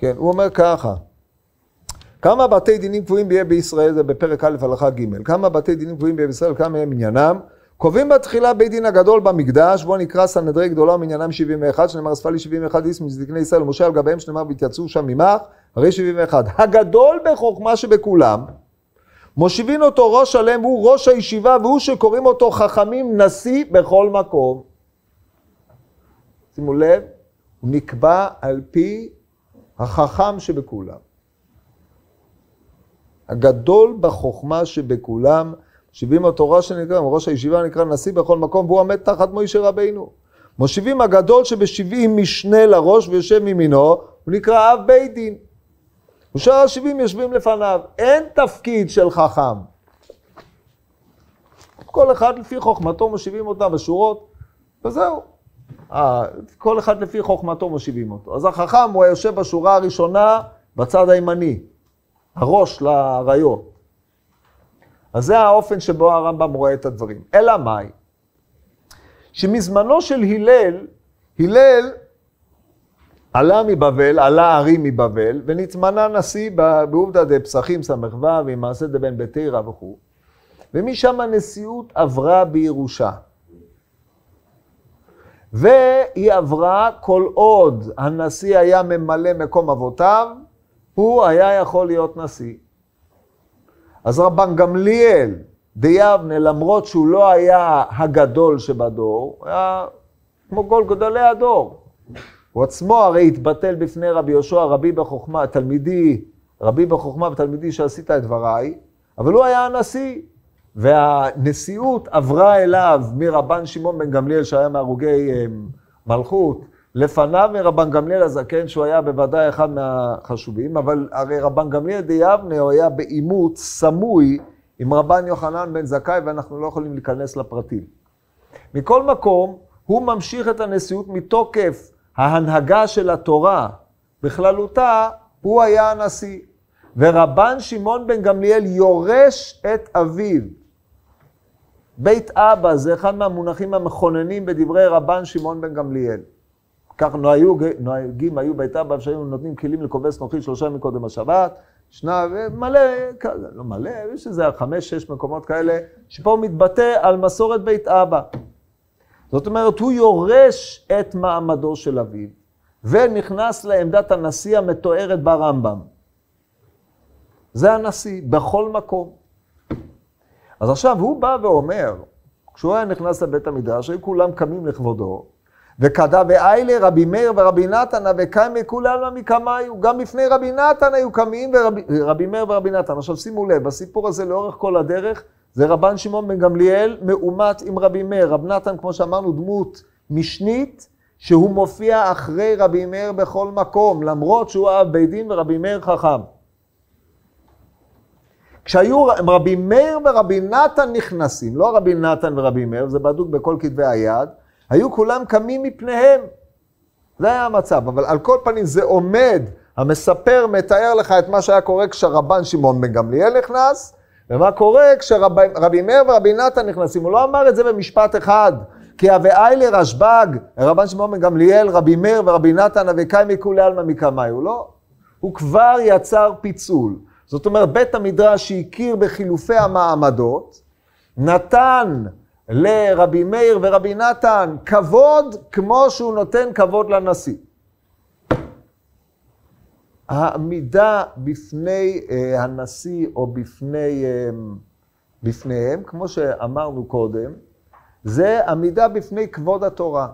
כן, הוא אומר ככה. כמה בתי דינים קבועים יהיה בישראל, זה בפרק א' הלכה ג', כמה בתי דינים קבועים יהיה בישראל, כמה יהיה מניינים, קובעים בתחילה בית דין הגדול במקדש, בו נקרא סנהדרי גדולה ומניינים 71, שנאמר אספה לי 71 איש מזקני ישראל ומשה על גביהם, שנאמר והתייצבו שם ממך, הרי 71. הגדול בחוכמה שבכולם, מושיבין אותו ראש עליהם, הוא ראש הישיבה, והוא שקוראים אותו חכמים נשיא בכל מקום. שימו לב, הוא נקבע על פי החכם שבכולם. הגדול בחוכמה שבכולם, מושיבים אותו ראש הישיבה נקרא נשיא בכל מקום, והוא עומד תחת מוישה רבינו. מושיבים הגדול שבשבעים משנה לראש ויושב מימינו, הוא נקרא אב בית דין. ושאר השבעים יושבים לפניו. אין תפקיד של חכם. כל אחד לפי חוכמתו מושיבים אותם בשורות, וזהו. כל אחד לפי חוכמתו מושיבים אותו. אז החכם הוא היושב בשורה הראשונה בצד הימני, הראש לאריות. אז זה האופן שבו הרמב"ם רואה את הדברים. אלא מאי? שמזמנו של הלל עלה מבבל, עלה ארי מבבל, ונתמנה נשיא בעובדא דפסחים ס"ו, עם מעשה דבן בתירא וכו'. ומשם הנשיאות עברה בירושה. והיא עברה כל עוד הנשיא היה ממלא מקום אבותיו, הוא היה יכול להיות נשיא. אז רבן גמליאל דיבנה, למרות שהוא לא היה הגדול שבדור, הוא היה כמו כל גדולי הדור. הוא עצמו הרי התבטל בפני רבי יהושע, רבי בחוכמה ותלמידי שעשית את דבריי, אבל הוא היה הנשיא, והנשיאות עברה אליו מרבן שמעון בן גמליאל, שהיה מהרוגי מלכות, לפניו מרבן גמליאל הזקן, שהוא היה בוודאי אחד מהחשובים, אבל הרי רבן גמליאל דיבנה הוא היה באימוץ סמוי עם רבן יוחנן בן זכאי, ואנחנו לא יכולים להיכנס לפרטים. מכל מקום, הוא ממשיך את הנשיאות מתוקף ההנהגה של התורה בכללותה, הוא היה הנשיא. ורבן שמעון בן גמליאל יורש את אביו. בית אבא זה אחד מהמונחים המכוננים בדברי רבן שמעון בן גמליאל. כך נוהגים היו בית אבא, שהיו נותנים כלים לכובס נוחי 3 ימים קודם השבת, מלא, לא מלא, יש איזה 5-6 מקומות כאלה, שפה הוא מתבטא על מסורת בית אבא. זאת אומרת, הוא יורש את מעמדו של אביו, ונכנס לעמדת הנשיא המתוארת ברמב"ם. זה הנשיא, בכל מקום. אז עכשיו הוא בא ואומר, כשהוא היה נכנס לבית המדרש, היו כולם קמים לכבודו, וכדה ואיילה רבי מאיר ורבי נתן, וקיימי כולם מקמיו, גם לפני רבי נתן היו קמים, רבי מאיר ורבי נתן. עכשיו שימו לב, בסיפור הזה לאורך כל הדרך, זה רבן שמעון בן גמליאל מאומת עם רבי מאיר. רב נתן, כמו שאמרנו, דמות משנית, שהוא מופיע אחרי רבי מאיר בכל מקום, למרות שהוא אב בית דין ורבי מאיר חכם. כשהיו רבי מאיר ורבי נתן נכנסים, לא רבי נתן ורבי מאיר, זה בדוק בכל כתבי היד, היו כולם קמים מפניהם. זה היה המצב, אבל על כל פנים זה עומד, המספר מתאר לך את מה שהיה קורה כשרבן שמעון בן גמליאל נכנס, ומה קורה כשרבי מאיר ורבי נתן נכנסים. הוא לא אמר את זה במשפט אחד, כי הוואי לרשב"ג, רבן שמעון בן גמליאל, רבי מאיר ורבי נתן, וקיימי כולי עלמא מקמיו. לא, הוא כבר יצר פיצול. זאת אומרת, בית המדרש שהכיר בחילופי המעמדות, נתן לרבי מאיר ורבי נתן כבוד כמו שהוא נותן כבוד לנשיא. העמידה בפני הנשיא או בפניהם, כמו שאמרנו קודם, זה עמידה בפני כבוד התורה.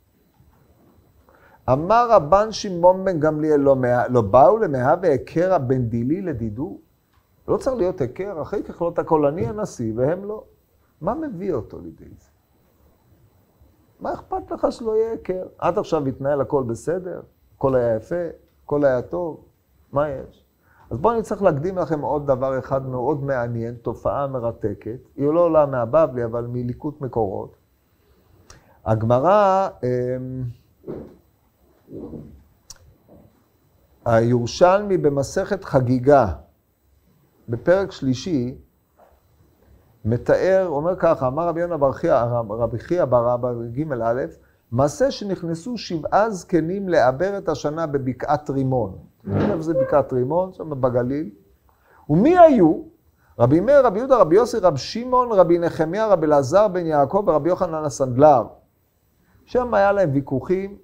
אמר רבן שמעון בן גמליאל, לא באו למאה והכר הבן דילי לדידו. לא צריך להיות הכר, אחרי ככלות הכל אני הנשיא והם לא. מה מביא אותו לידי זה? מה אכפת לך שלא יהיה הכר? עד עכשיו התנהל הכל בסדר, הכל היה יפה, הכל היה טוב, מה יש? אז בואו אני צריך להקדים לכם עוד דבר אחד מאוד מעניין, תופעה מרתקת. היא לא עולה מהבבלי, אבל מליקוט מקורות. הגמרא, הירושלמי במסכת חגיגה, בפרק שלישי, מתאר, אומר ככה, אמר רבי יונה רבי חייא בר אבא ג' א', מעשה שנכנסו 7 זקנים לעבר את השנה בבקעת רימון. זה בקעת רימון, שם בגליל. ומי היו? רבי מאיר, רבי יהודה, רבי יוסי, רבי שמעון, רבי נחמיה, רבי אלעזר בן יעקב ורבי יוחנן הסנדלר. שם היה להם ויכוחים,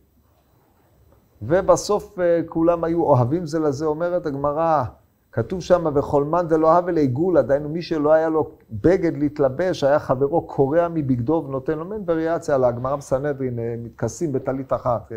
ובסוף כולם היו אוהבים זה לזה, אומרת הגמרא, כתוב שם, וכל מאן דלא הווה ליה גולא, דהיינו מי שלא היה לו בגד להתלבש, היה חברו קורע מבגדו ונותן לו מין וריאציה על הגמרא בסנהדרין, מתכסים בטלית אחת.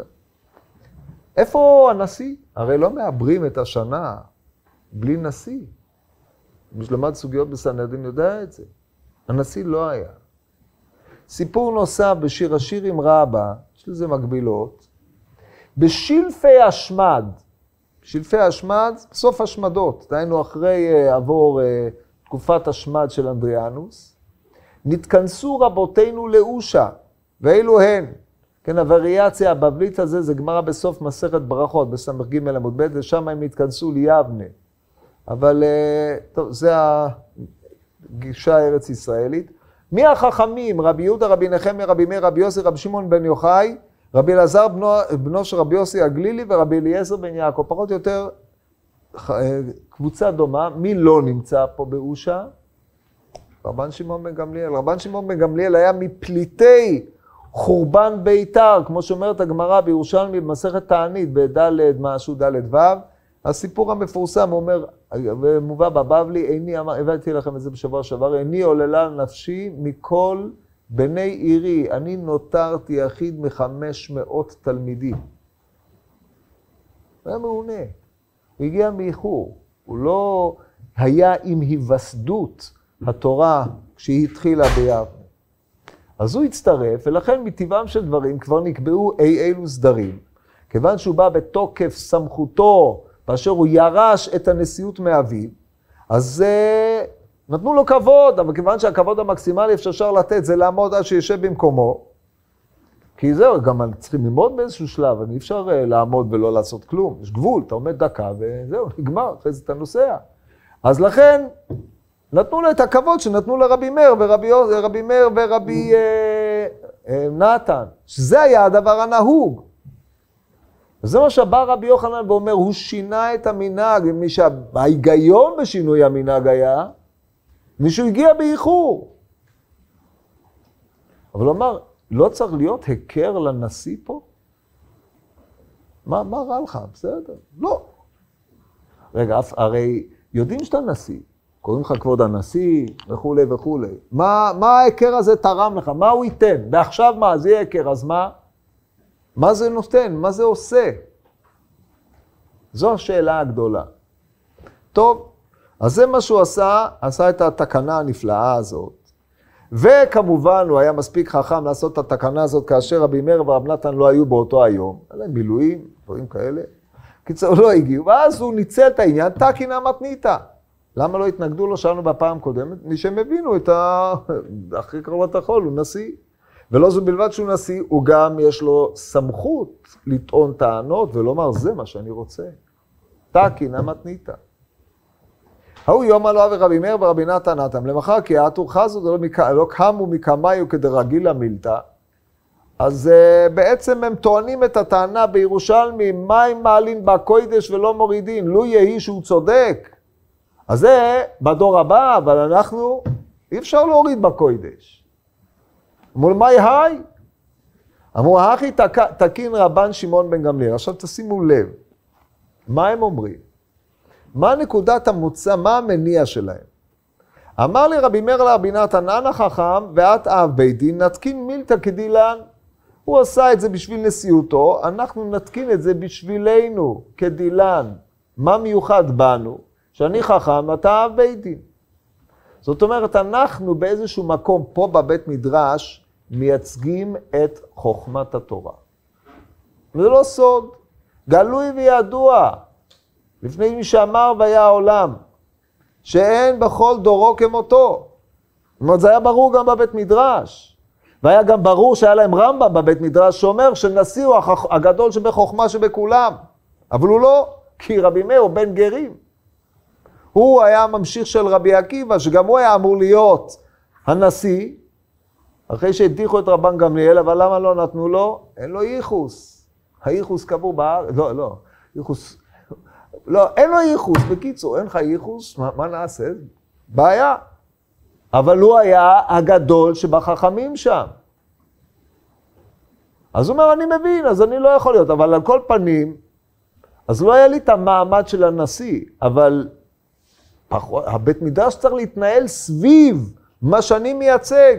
איפה הנשיא? הרי לא מעברים את השנה בלי נשיא. מי שלמד סוגיות בסנהדרין יודע את זה. הנשיא לא היה. סיפור נוסף בשיר השירים רבה, יש לזה מקבילות, בשלפי השמד, שלפי השמד, סוף השמדות, דהיינו אחרי עבור תקופת השמד של אנדריאנוס, נתכנסו רבותינו לאושה, ואילו הן, כן, הווריאציה הבבלית הזה, זה גמרא בסוף מסכת ברכות, בסמ"ך ג' עמוד ב', ושם הם נתכנסו ליבנה. אבל, טוב, זה הגישה הארץ ישראלית. מי החכמים? רבי יהודה, רבי נחמיה, רבי מאיר, רבי יוסי, רבי שמעון בן יוחאי, רבי אלעזר בנו של רבי יוסי הגלילי ורבי אליעזר בן יעקב. פחות או יותר קבוצה דומה. מי לא נמצא פה באושה? רבן שמעון בן גמליאל. רבן שמעון בן גמליאל היה מפליטי חורבן ביתר, כמו שאומרת הגמרא בירושלמי במסכת תענית, בד' משהו ד' ו'. הסיפור המפורסם אומר, ומובא בבבלי, הבאתי לכם את זה בשבוע שעבר, איני עוללה נפשי מכל בני עירי, אני נותרתי יחיד מ500 תלמידים. הוא היה מעונה, הוא הגיע מאיחור, הוא לא היה עם היווסדות התורה כשהיא התחילה ביבנה. אז הוא הצטרף, ולכן מטבעם של דברים כבר נקבעו אילו סדרים. כיוון שהוא בא בתוקף סמכותו, באשר הוא ירש את הנשיאות מאביו, אז נתנו לו כבוד, אבל כיוון שהכבוד המקסימלי אפשר לתת, זה לעמוד עד שישב במקומו. כי זהו, גם צריכים ללמוד באיזשהו שלב, אי אפשר לעמוד ולא לעשות כלום. יש גבול, אתה עומד דקה וזהו, נגמר, אחרי זה אתה נוסע. אז לכן, נתנו לו את הכבוד שנתנו לרבי מאיר ורבי נתן, שזה היה הדבר הנהוג. וזה מה שבא רבי יוחנן ואומר, הוא שינה את המנהג, ההיגיון בשינוי המנהג היה, מישהו הגיע באיחור. אבל הוא אמר, לא צריך להיות היכר לנשיא פה? מה רע לך? בסדר. לא. רגע, הרי יודעים שאתה נשיא, קוראים לך כבוד הנשיא וכו' וכו'. מה ההיכר הזה תרם לך? מה הוא ייתן? ועכשיו מה? זה יהיה היכר, אז מה? מה זה נותן? מה זה עושה? זו השאלה הגדולה. טוב, אז זה מה שהוא עשה את התקנה הנפלאה הזאת. וכמובן הוא היה מספיק חכם לעשות את התקנה הזאת כאשר רבי מאיר ורב נתן לא היו באותו היום. היה להם מילואים, דברים כאלה. קיצור, לא הגיעו. ואז הוא ניצל את העניין, תקינה מתניתא. למה לא התנגדו לו? שאלנו בפעם קודמת, מי שהם הבינו את אחרי קרבות החול, הוא נשיא. ולא זו בלבד שהוא נשיא, הוא גם יש לו סמכות לטעון טענות ולומר, זה מה שאני רוצה. תקינה מתניתא. ההוא יומא לא ורבי מאיר ורבי נתן נתם. למחר כי העטור חזו לא קמו מקמיו כדרגילה מילתא. אז בעצם הם טוענים את הטענה בירושלמי, מה הם מעלים בקוידש ולא מורידים? לו יהי שהוא צודק. אז זה בדור הבא, אבל אנחנו, אי אפשר להוריד בקוידש. מול מי היי? אמרו, הכי תקין רבן שמעון בן גמליאל. עכשיו תשימו לב, מה הם אומרים? מה נקודת המוצא, מה המניע שלהם? אמר לי רבי מאיר לרבי נתן, אנא חכם ואת אב בית דין, נתקין מילתא כדילן. הוא עשה את זה בשביל נשיאותו, אנחנו נתקין את זה בשבילנו כדילן. מה מיוחד בנו? שאני חכם ואתה אב בית דין. זאת אומרת, אנחנו באיזשהו מקום פה בבית מדרש מייצגים את חוכמת התורה. וזה לא סוד, גלוי וידוע. לפני מי שאמר והיה העולם, שאין בכל דורו כמותו. זאת אומרת, זה היה ברור גם בבית מדרש. והיה גם ברור שהיה להם רמב"ם בבית מדרש שאומר שנשיא הוא הגדול שבחוכמה שבכולם. אבל הוא לא, כי רבי מאיר הוא בן גרים. הוא היה הממשיך של רבי עקיבא, שגם הוא היה אמור להיות הנשיא, אחרי שהדיחו את רבן גמליאל, אבל למה לא נתנו לו? אין לו ייחוס. הייחוס קבור בארץ, לא, ייחוס, לא, אין לו ייחוס. בקיצור, אין לך ייחוס, מה נעשה? בעיה. אבל הוא היה הגדול שבחכמים שם. אז הוא אומר, אני מבין, אז אני לא יכול להיות. אבל על כל פנים, אז לא היה לי את המעמד של הנשיא, אבל הבית מדרש צריך להתנהל סביב מה שאני מייצג.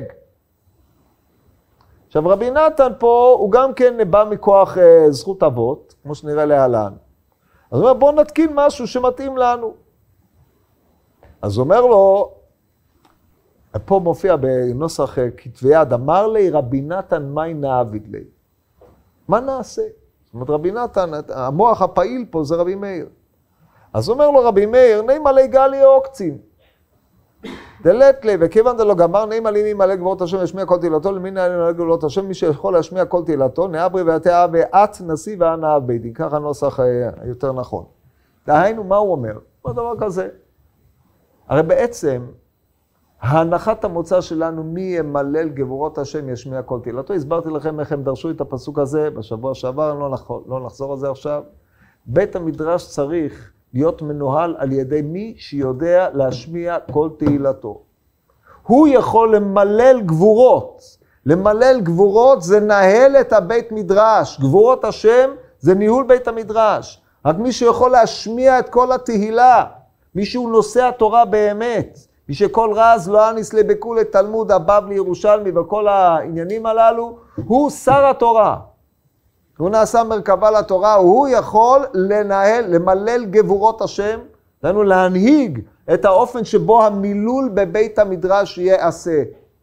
עכשיו, רבי נתן פה, הוא גם כן בא מכוח זכות אבות, כמו שנראה להלן. אז הוא אומר, בוא נתקין משהו שמתאים לנו. אז הוא אומר לו, פה מופיע בנוסח כתבי יד, אמר לי רבי נתן, מהי נעביד לי? מה נעשה? זאת אומרת, רבי נתן, המוח הפעיל פה זה רבי מאיר. אז אומר לו רבי מאיר, נעימה לי גלי עוקצין. דלת לי, וכיוון דלא גמר, נעימה לי ממלא גבורות השם, ישמיע כל תהילתו, למי נעלה למלא גבורות השם, מי שיכול להשמיע כל תהילתו, נעברי ועתה ואת נשיא והנאב בית דין. ככה הנוסח יותר נכון. דהיינו, מה הוא אומר? מה דבר כזה? הרי בעצם, ההנחת המוצא שלנו, מי ימלל גבורות השם, ישמיע כל תהילתו. הסברתי לכם איך הם דרשו את הפסוק הזה בשבוע שעבר, לא נחזור על זה עכשיו. בית המדרש צריך להיות מנוהל על ידי מי שיודע להשמיע כל תהילתו. הוא יכול למלל גבורות. למלל גבורות זה נהל את הבית מדרש. גבורות השם זה ניהול בית המדרש. רק מי שיכול להשמיע את כל התהילה, מי שהוא נושא התורה באמת, מי שכל רז לא אניס לבקול את תלמוד הבבלי ירושלמי וכל העניינים הללו, הוא שר התורה. הוא נעשה מרכבה לתורה, הוא יכול לנהל, למלל גבורות השם, לנו להנהיג את האופן שבו המילול בבית המדרש ייעשה.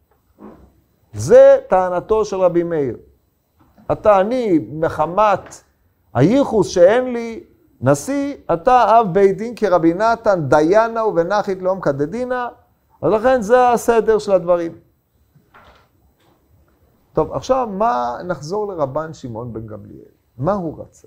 זה טענתו של רבי מאיר. אני מחמת הייחוס שאין לי נשיא, אתה אב בית דין כרבי נתן, דיינה ובנחית לאום כדדינה, אז לכן זה הסדר של הדברים. טוב, עכשיו נחזור לרבן שמעון בן גמליאל. מה הוא רצה?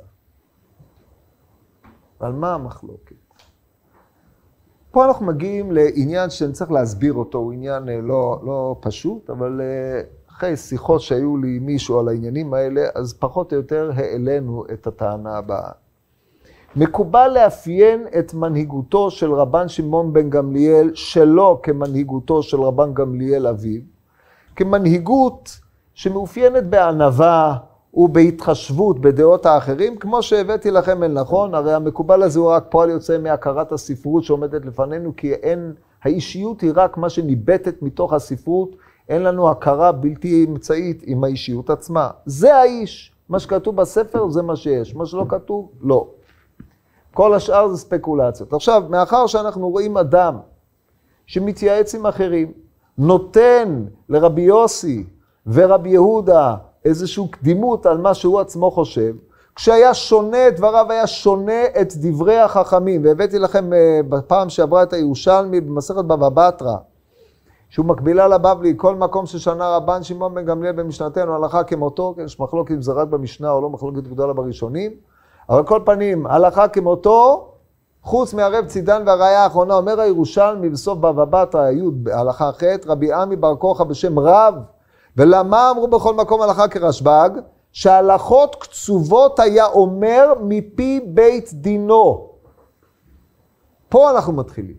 על מה המחלוקת? פה אנחנו מגיעים לעניין שאני צריך להסביר אותו, הוא עניין לא פשוט, אבל אחרי שיחות שהיו לי מישהו על העניינים האלה, אז פחות או יותר העלינו את הטענה הבאה. מקובל לאפיין את מנהיגותו של רבן שמעון בן גמליאל שלא כמנהיגותו של רבן גמליאל אביו, כמנהיגות שמאופיינת בענווה ובהתחשבות בדעות האחרים, כמו שהבאתי לכם אל נכון, הרי המקובל הזה הוא רק פועל יוצא מהכרת הספרות שעומדת לפנינו, כי האישיות היא רק מה שניבטת מתוך הספרות, אין לנו הכרה בלתי אמצעית עם האישיות עצמה. זה האיש, מה שכתוב בספר זה מה שיש, מה שלא כתוב לא. כל השאר זה ספקולציות. עכשיו, מאחר שאנחנו רואים אדם שמתייעץ עם אחרים, נותן לרבי יוסי ורבי יהודה איזושהי קדימות על מה שהוא עצמו חושב, כשהיה שונה, דבריו היה שונה את דברי החכמים, והבאתי לכם בפעם שעברה את הירושלמי במסכת בבא בתרא, שהוא מקבילה לבבלי, כל מקום ששנה רבן שמעון בן גמליאל במשנתנו, הלכה כמותו, יש מחלוקת אם זה רק במשנה או לא מחלוקת גדולה בראשונים, אבל כל פנים, הלכה כמותו, חוץ מהרב צידן והראיה האחרונה, אומר הירושלמי בסוף בבא בתרא, הלכה ח' רבי עמי בר כוכבא בשם רב, ולמה אמרו בכל מקום הלכה כרשב"ג? שההלכות קצובות היה אומר מפי בית דינו. פה אנחנו מתחילים.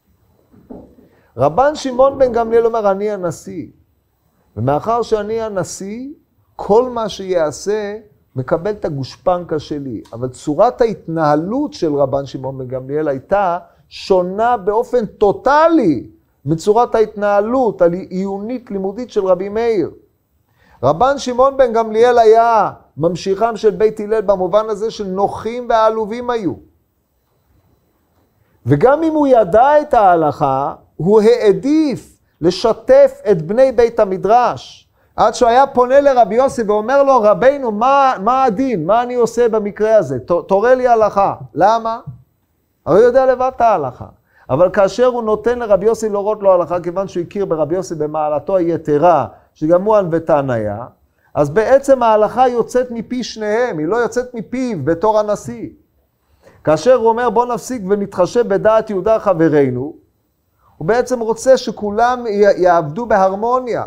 רבן שמעון בן גמליאל אומר, אני הנשיא. ומאחר שאני הנשיא, כל מה שיעשה מקבל את הגושפנקה שלי. אבל צורת ההתנהלות של רבן שמעון בן גמליאל הייתה שונה באופן טוטלי מצורת ההתנהלות העיונית לימודית של רבי מאיר. רבן שמעון בן גמליאל היה ממשיכם של בית הלל במובן הזה של נוחים ועלובים היו. וגם אם הוא ידע את ההלכה, הוא העדיף לשתף את בני בית המדרש. עד שהוא היה פונה לרבי יוסי ואומר לו, רבינו, מה הדין? מה אני עושה במקרה הזה? תורה לי הלכה. למה? הרי הוא יודע לבד את ההלכה. אבל כאשר הוא נותן לרבי יוסי להורות לו הלכה, כיוון שהוא הכיר ברבי יוסי במעלתו היתרה, שגם הוא ענוותן היה, אז בעצם ההלכה יוצאת מפי שניהם, היא לא יוצאת מפיו בתור הנשיא. כאשר הוא אומר בוא נפסיק ונתחשב בדעת יהודה חברינו, הוא בעצם רוצה שכולם יעבדו בהרמוניה.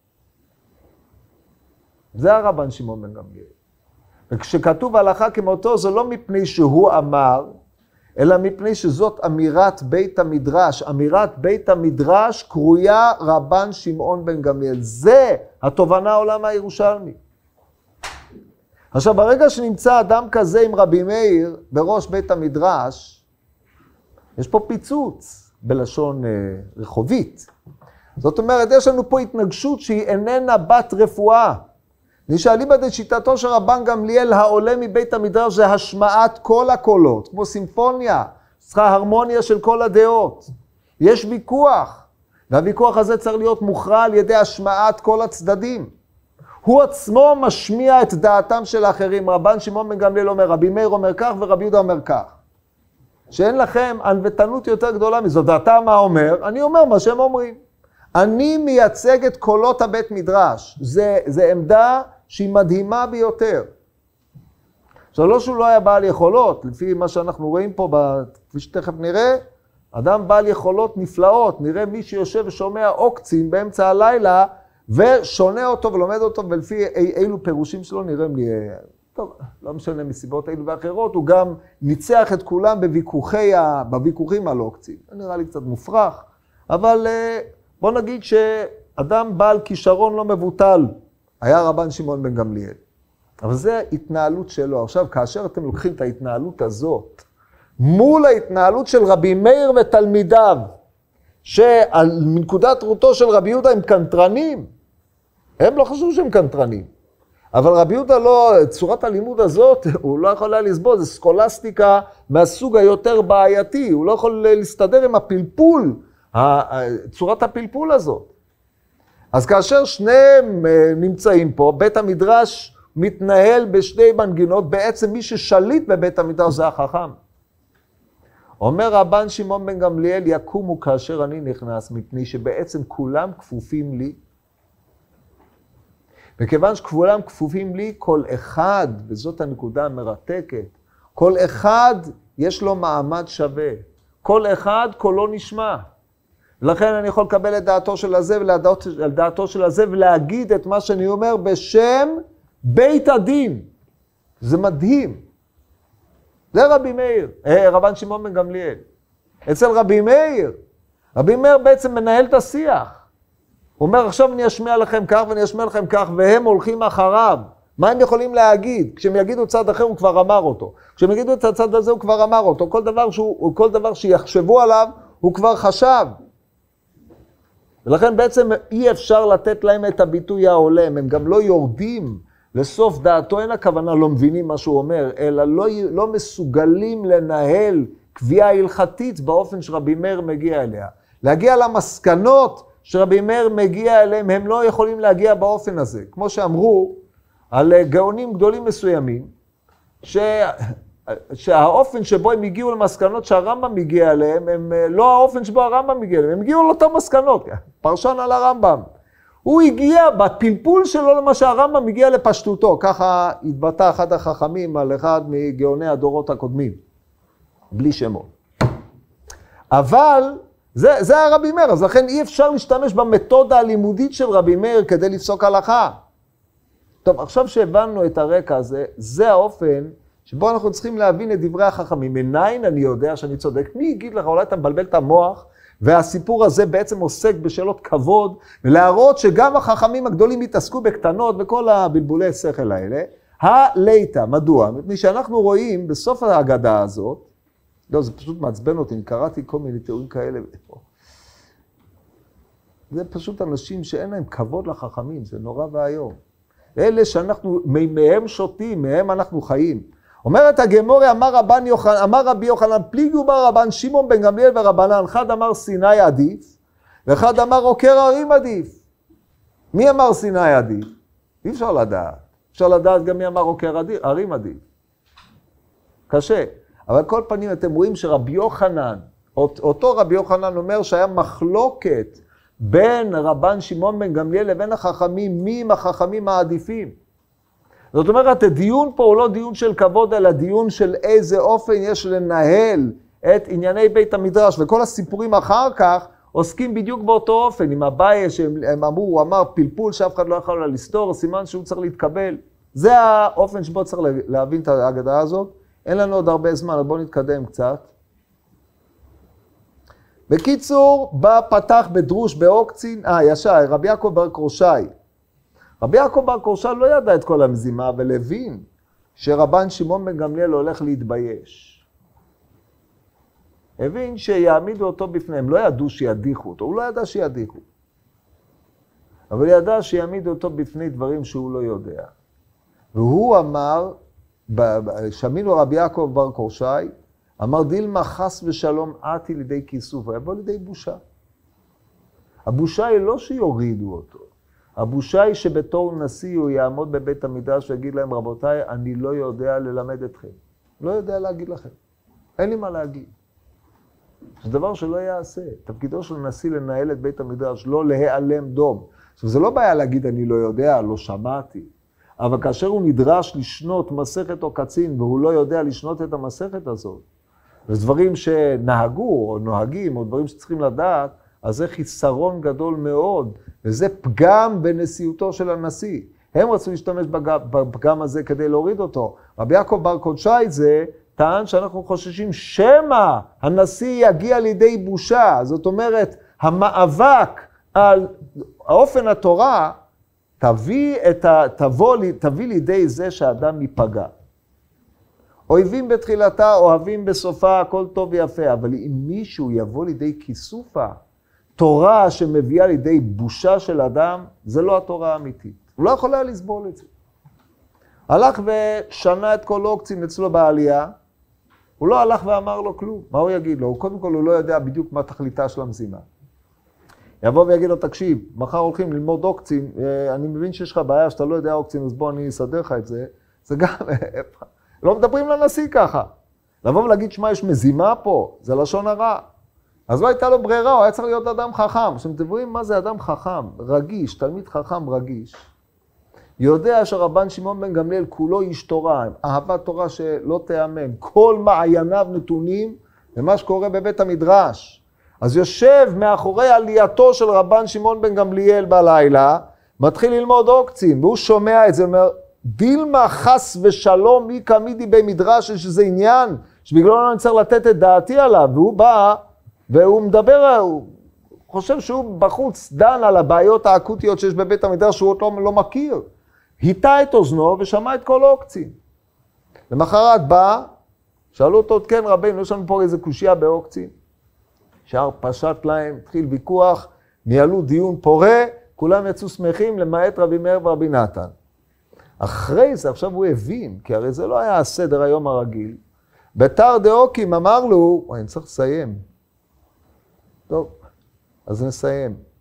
זה הרבן שמעון בן גמליאל. וכשכתוב הלכה כמותו, זה לא מפני שהוא אמר, אלא מפני שזאת אמירת בית המדרש. אמירת בית המדרש קרויה רבן שמעון בן גמליאל. זה התובנה העולם הירושלמי. עכשיו, ברגע שנמצא אדם כזה עם רבי מאיר בראש בית המדרש, יש פה פיצוץ בלשון רחובית. זאת אומרת, יש לנו פה התנגשות שהיא איננה בת רפואה. נשאלים בדי שיטתו של רבן גמליאל, העולה מבית המדרש זה השמעת כל הקולות, כמו סימפוניה, צריכה הרמוניה של כל הדעות. יש ויכוח, והוויכוח הזה צריך להיות מוכרע על ידי השמעת כל הצדדים. הוא עצמו משמיע את דעתם של האחרים. רבן שמעון בן גמליאל אומר, רבי מאיר אומר כך ורבי יהודה אומר כך. שאין לכם ענוותנות יותר גדולה מזו. דעתם מה אומר? אני אומר מה שהם אומרים. אני מייצג את קולות הבית מדרש. זה עמדה שהיא מדהימה ביותר. עכשיו, לא שהוא לא היה בעל יכולות, לפי מה שאנחנו רואים פה, כפי שתכף נראה, אדם בעל יכולות נפלאות. נראה מי שיושב ושומע עוקצים באמצע הלילה, ושונה אותו ולומד אותו, ולפי אילו פירושים שלו נראה לי, טוב, לא משנה מסיבות אילו ואחרות, הוא גם ניצח את כולם בוויכוחים על עוקצים. זה נראה לי קצת מופרך, אבל בוא נגיד שאדם בעל כישרון לא מבוטל, היה רבן שמעון בן גמליאל. אבל זה התנהלות שלו. עכשיו, כאשר אתם לוקחים את ההתנהלות הזאת, מול ההתנהלות של רבי מאיר ותלמידיו, שעל מנקודת ראותו של רבי יהודה הם קנטרנים, הם לא חשבו שהם קנטרנים. אבל רבי יהודה לא, צורת הלימוד הזאת, הוא לא יכול היה לסבול, זה סקולסטיקה מהסוג היותר בעייתי, הוא לא יכול להסתדר עם הפלפול, צורת הפלפול הזאת. אז כאשר שניהם נמצאים פה, בית המדרש מתנהל בשני מנגינות, בעצם מי ששליט בבית המדרש זה החכם. אומר רבן שמעון בן גמליאל, יקומו כאשר אני נכנס, מפני שבעצם כולם כפופים לי. וכיוון שכולם כפופים לי, כל אחד, וזאת הנקודה המרתקת, כל אחד יש לו מעמד שווה. כל אחד קולו נשמע. לכן אני יכול לקבל את דעתו של הזה ולדעתו של הזה, ולהגיד את מה שאני אומר בשם בית הדין. זה מדהים. זה רבי מאיר, רבן שמעון בן גמליאל. אצל רבי מאיר בעצם מנהל את השיח. הוא אומר, עכשיו אני אשמיע לכם כך ואני אשמיע לכם כך, והם הולכים אחריו. מה הם יכולים להגיד? כשהם יגידו צד אחר הוא כבר אמר אותו. כשהם יגידו את הצד הזה הוא כבר אמר אותו. כל דבר שיחשבו עליו הוא כבר חשב. ולכן בעצם אי אפשר לתת להם את הביטוי ההולם. הם גם לא יורדים לסוף דעתו, אין הכוונה לא מבינים מה שהוא אומר, אלא לא מסוגלים לנהל קביעה הלכתית באופן שרבי מאיר מגיע אליה. להגיע למסקנות שרבי מאיר מגיע אליהם, הם לא יכולים להגיע באופן הזה. כמו שאמרו על גאונים גדולים מסוימים, שהאופן שבו הם הגיעו למסקנות שהרמב"ם מגיע אליהם, הם לא האופן שבו הרמב"ם מגיע אליהם, הם הגיעו לאותן מסקנות, פרשן על הרמב"ם. הוא הגיע בפלפול שלו למה שהרמב"ם הגיע לפשטותו, ככה התבטא אחד החכמים על אחד מגאוני הדורות הקודמים, בלי שמות. אבל זה הרבי מאיר, אז לכן אי אפשר להשתמש במתודה הלימודית של רבי מאיר כדי לפסוק הלכה. טוב, עכשיו שהבנו את הרקע הזה, זה האופן שבו אנחנו צריכים להבין את דברי החכמים. מניין אני יודע שאני צודק? מי יגיד לך, אולי אתה מבלבל את המוח, והסיפור הזה בעצם עוסק בשאלות כבוד, ולהראות שגם החכמים הגדולים התעסקו בקטנות, וכל הבלבולי שכל האלה. הליטה, מדוע? מפני שאנחנו רואים בסוף ההגדה הזאת, לא, זה פשוט מעצבן אותי, אני קראתי כל מיני תיאורים כאלה. זה פשוט אנשים שאין להם כבוד לחכמים, זה נורא והיום. אלה שאנחנו, מהם שותים, מהם אנחנו חיים. אומרת הגמורה, אמר רבי יוחנן, פליגו בר רבן שמעון בן גמליאל ורבנן, אחד אמר סיני עדיף, ואחד אמר עוקר הרים עדיף. מי אמר סיני עדיף? אי אפשר לדעת. אפשר לדעת גם מי אמר עוקר הרים עדיף. קשה. אבל כל פנים אתם רואים שרבי יוחנן, אותו רבי יוחנן אומר שהיה מחלוקת בין רבן שמעון בן גמליאל לבין החכמים, מי עם החכמים העדיפים. זאת אומרת, הדיון פה הוא לא דיון של כבוד, אלא דיון של איזה אופן יש לנהל את ענייני בית המדרש, וכל הסיפורים אחר כך עוסקים בדיוק באותו אופן. עם אביי שהם אמרו, הוא אמר פלפול שאף אחד לא יכול לסתור, סימן שהוא צריך להתקבל. זה האופן שבו צריך להבין את ההגדה הזאת. אין לנו עוד הרבה זמן, אז בואו נתקדם קצת. בקיצור, בא פתח בדרוש באוקצין, ישר, רבי יעקב בר קורשי. רבי יעקב בר קורשי לא ידע את כל המזימה, אבל הבין שרבן שמעון בן גמליאל הולך להתבייש. הבין שיעמידו אותו בפניהם, לא ידעו שידיחו אותו, הוא לא ידע שידיחו. אבל ידע שיעמידו אותו בפני דברים שהוא לא יודע. והוא אמר, שמינו רבי יעקב בר קורשי, אמר דילמה חס ושלום עתי לידי כיסוף, הוא יבוא לידי בושה. הבושה היא לא שיורידו אותו, הבושה היא שבתור נשיא הוא יעמוד בבית המדרש ויגיד להם, רבותיי, אני לא יודע ללמד אתכם. לא יודע להגיד לכם. אין לי מה להגיד. זה דבר שלא יעשה. תפקידו של נשיא לנהל את בית המדרש, לא להיעלם דום. עכשיו, זה לא בעיה להגיד, אני לא יודע, לא שמעתי. אבל כאשר הוא נדרש לשנות מסכת או קצין, והוא לא יודע לשנות את המסכת הזאת, וזה דברים שנהגו או נוהגים, או דברים שצריכים לדעת, אז זה חיסרון גדול מאוד, וזה פגם בנשיאותו של הנשיא. הם רצו להשתמש בפגם הזה כדי להוריד אותו. רבי יעקב בר קורשי זה טען שאנחנו חוששים שמא הנשיא יגיע לידי בושה. זאת אומרת, המאבק על האופן התורה תביא לידי זה שהאדם ייפגע. אויבים בתחילתה, אוהבים בסופה, הכל טוב ויפה, אבל אם מישהו יבוא לידי כיסופה, תורה שמביאה לידי בושה של אדם, זה לא התורה האמיתית. הוא לא יכול היה לסבול את זה. הלך ושנה את כל אוקצין אצלו בעלייה, הוא לא הלך ואמר לו כלום. מה הוא יגיד לו? קודם כל הוא לא יודע בדיוק מה תכליתה של המזימה. יבוא ויגיד לו, תקשיב, מחר הולכים ללמוד אוקצין, אני מבין שיש לך בעיה שאתה לא יודע אוקצין, אז בוא אני אסדר לך את זה. זה גם, לא מדברים לנשיא ככה. לבוא ולהגיד, שמה, יש מזימה פה, זה לשון הרע. אז לא הייתה לו ברירה, הוא היה צריך להיות אדם חכם. עכשיו, אתם רואים מה זה אדם חכם, רגיש, תלמיד חכם רגיש. יודע שרבן שמעון בן גמליאל כולו איש תורה, אהבת תורה שלא תיאמן, כל מעייניו נתונים למה שקורה בבית המדרש. אז יושב מאחורי עלייתו של רבן שמעון בן גמליאל בלילה, מתחיל ללמוד אוקצין, והוא שומע את זה, אומר, דילמה חס ושלום מי קמידי במדרש, שזה עניין שבגללו אני צריך לתת את דעתי עליו, והוא בא והוא מדבר, הוא חושב שהוא בחוץ דן על הבעיות האקוטיות שיש בבית המדרש שהוא אותו לא מכיר. היטה את אוזנו ושמע את כל אוקצין. למחרת בא, שאלו אותו, כן רבינו, יש לנו פה איזה קושיה באוקצין. שער פשט להם, התחיל ויכוח, ניהלו דיון פורה, כולם יצאו שמחים למעט רבי מאיר ורבי נתן. אחרי זה, עכשיו הוא הבין, כי הרי זה לא היה הסדר היום הרגיל. בתר דאוקים אמר לו, אני צריך לסיים. טוב, אז נסיים.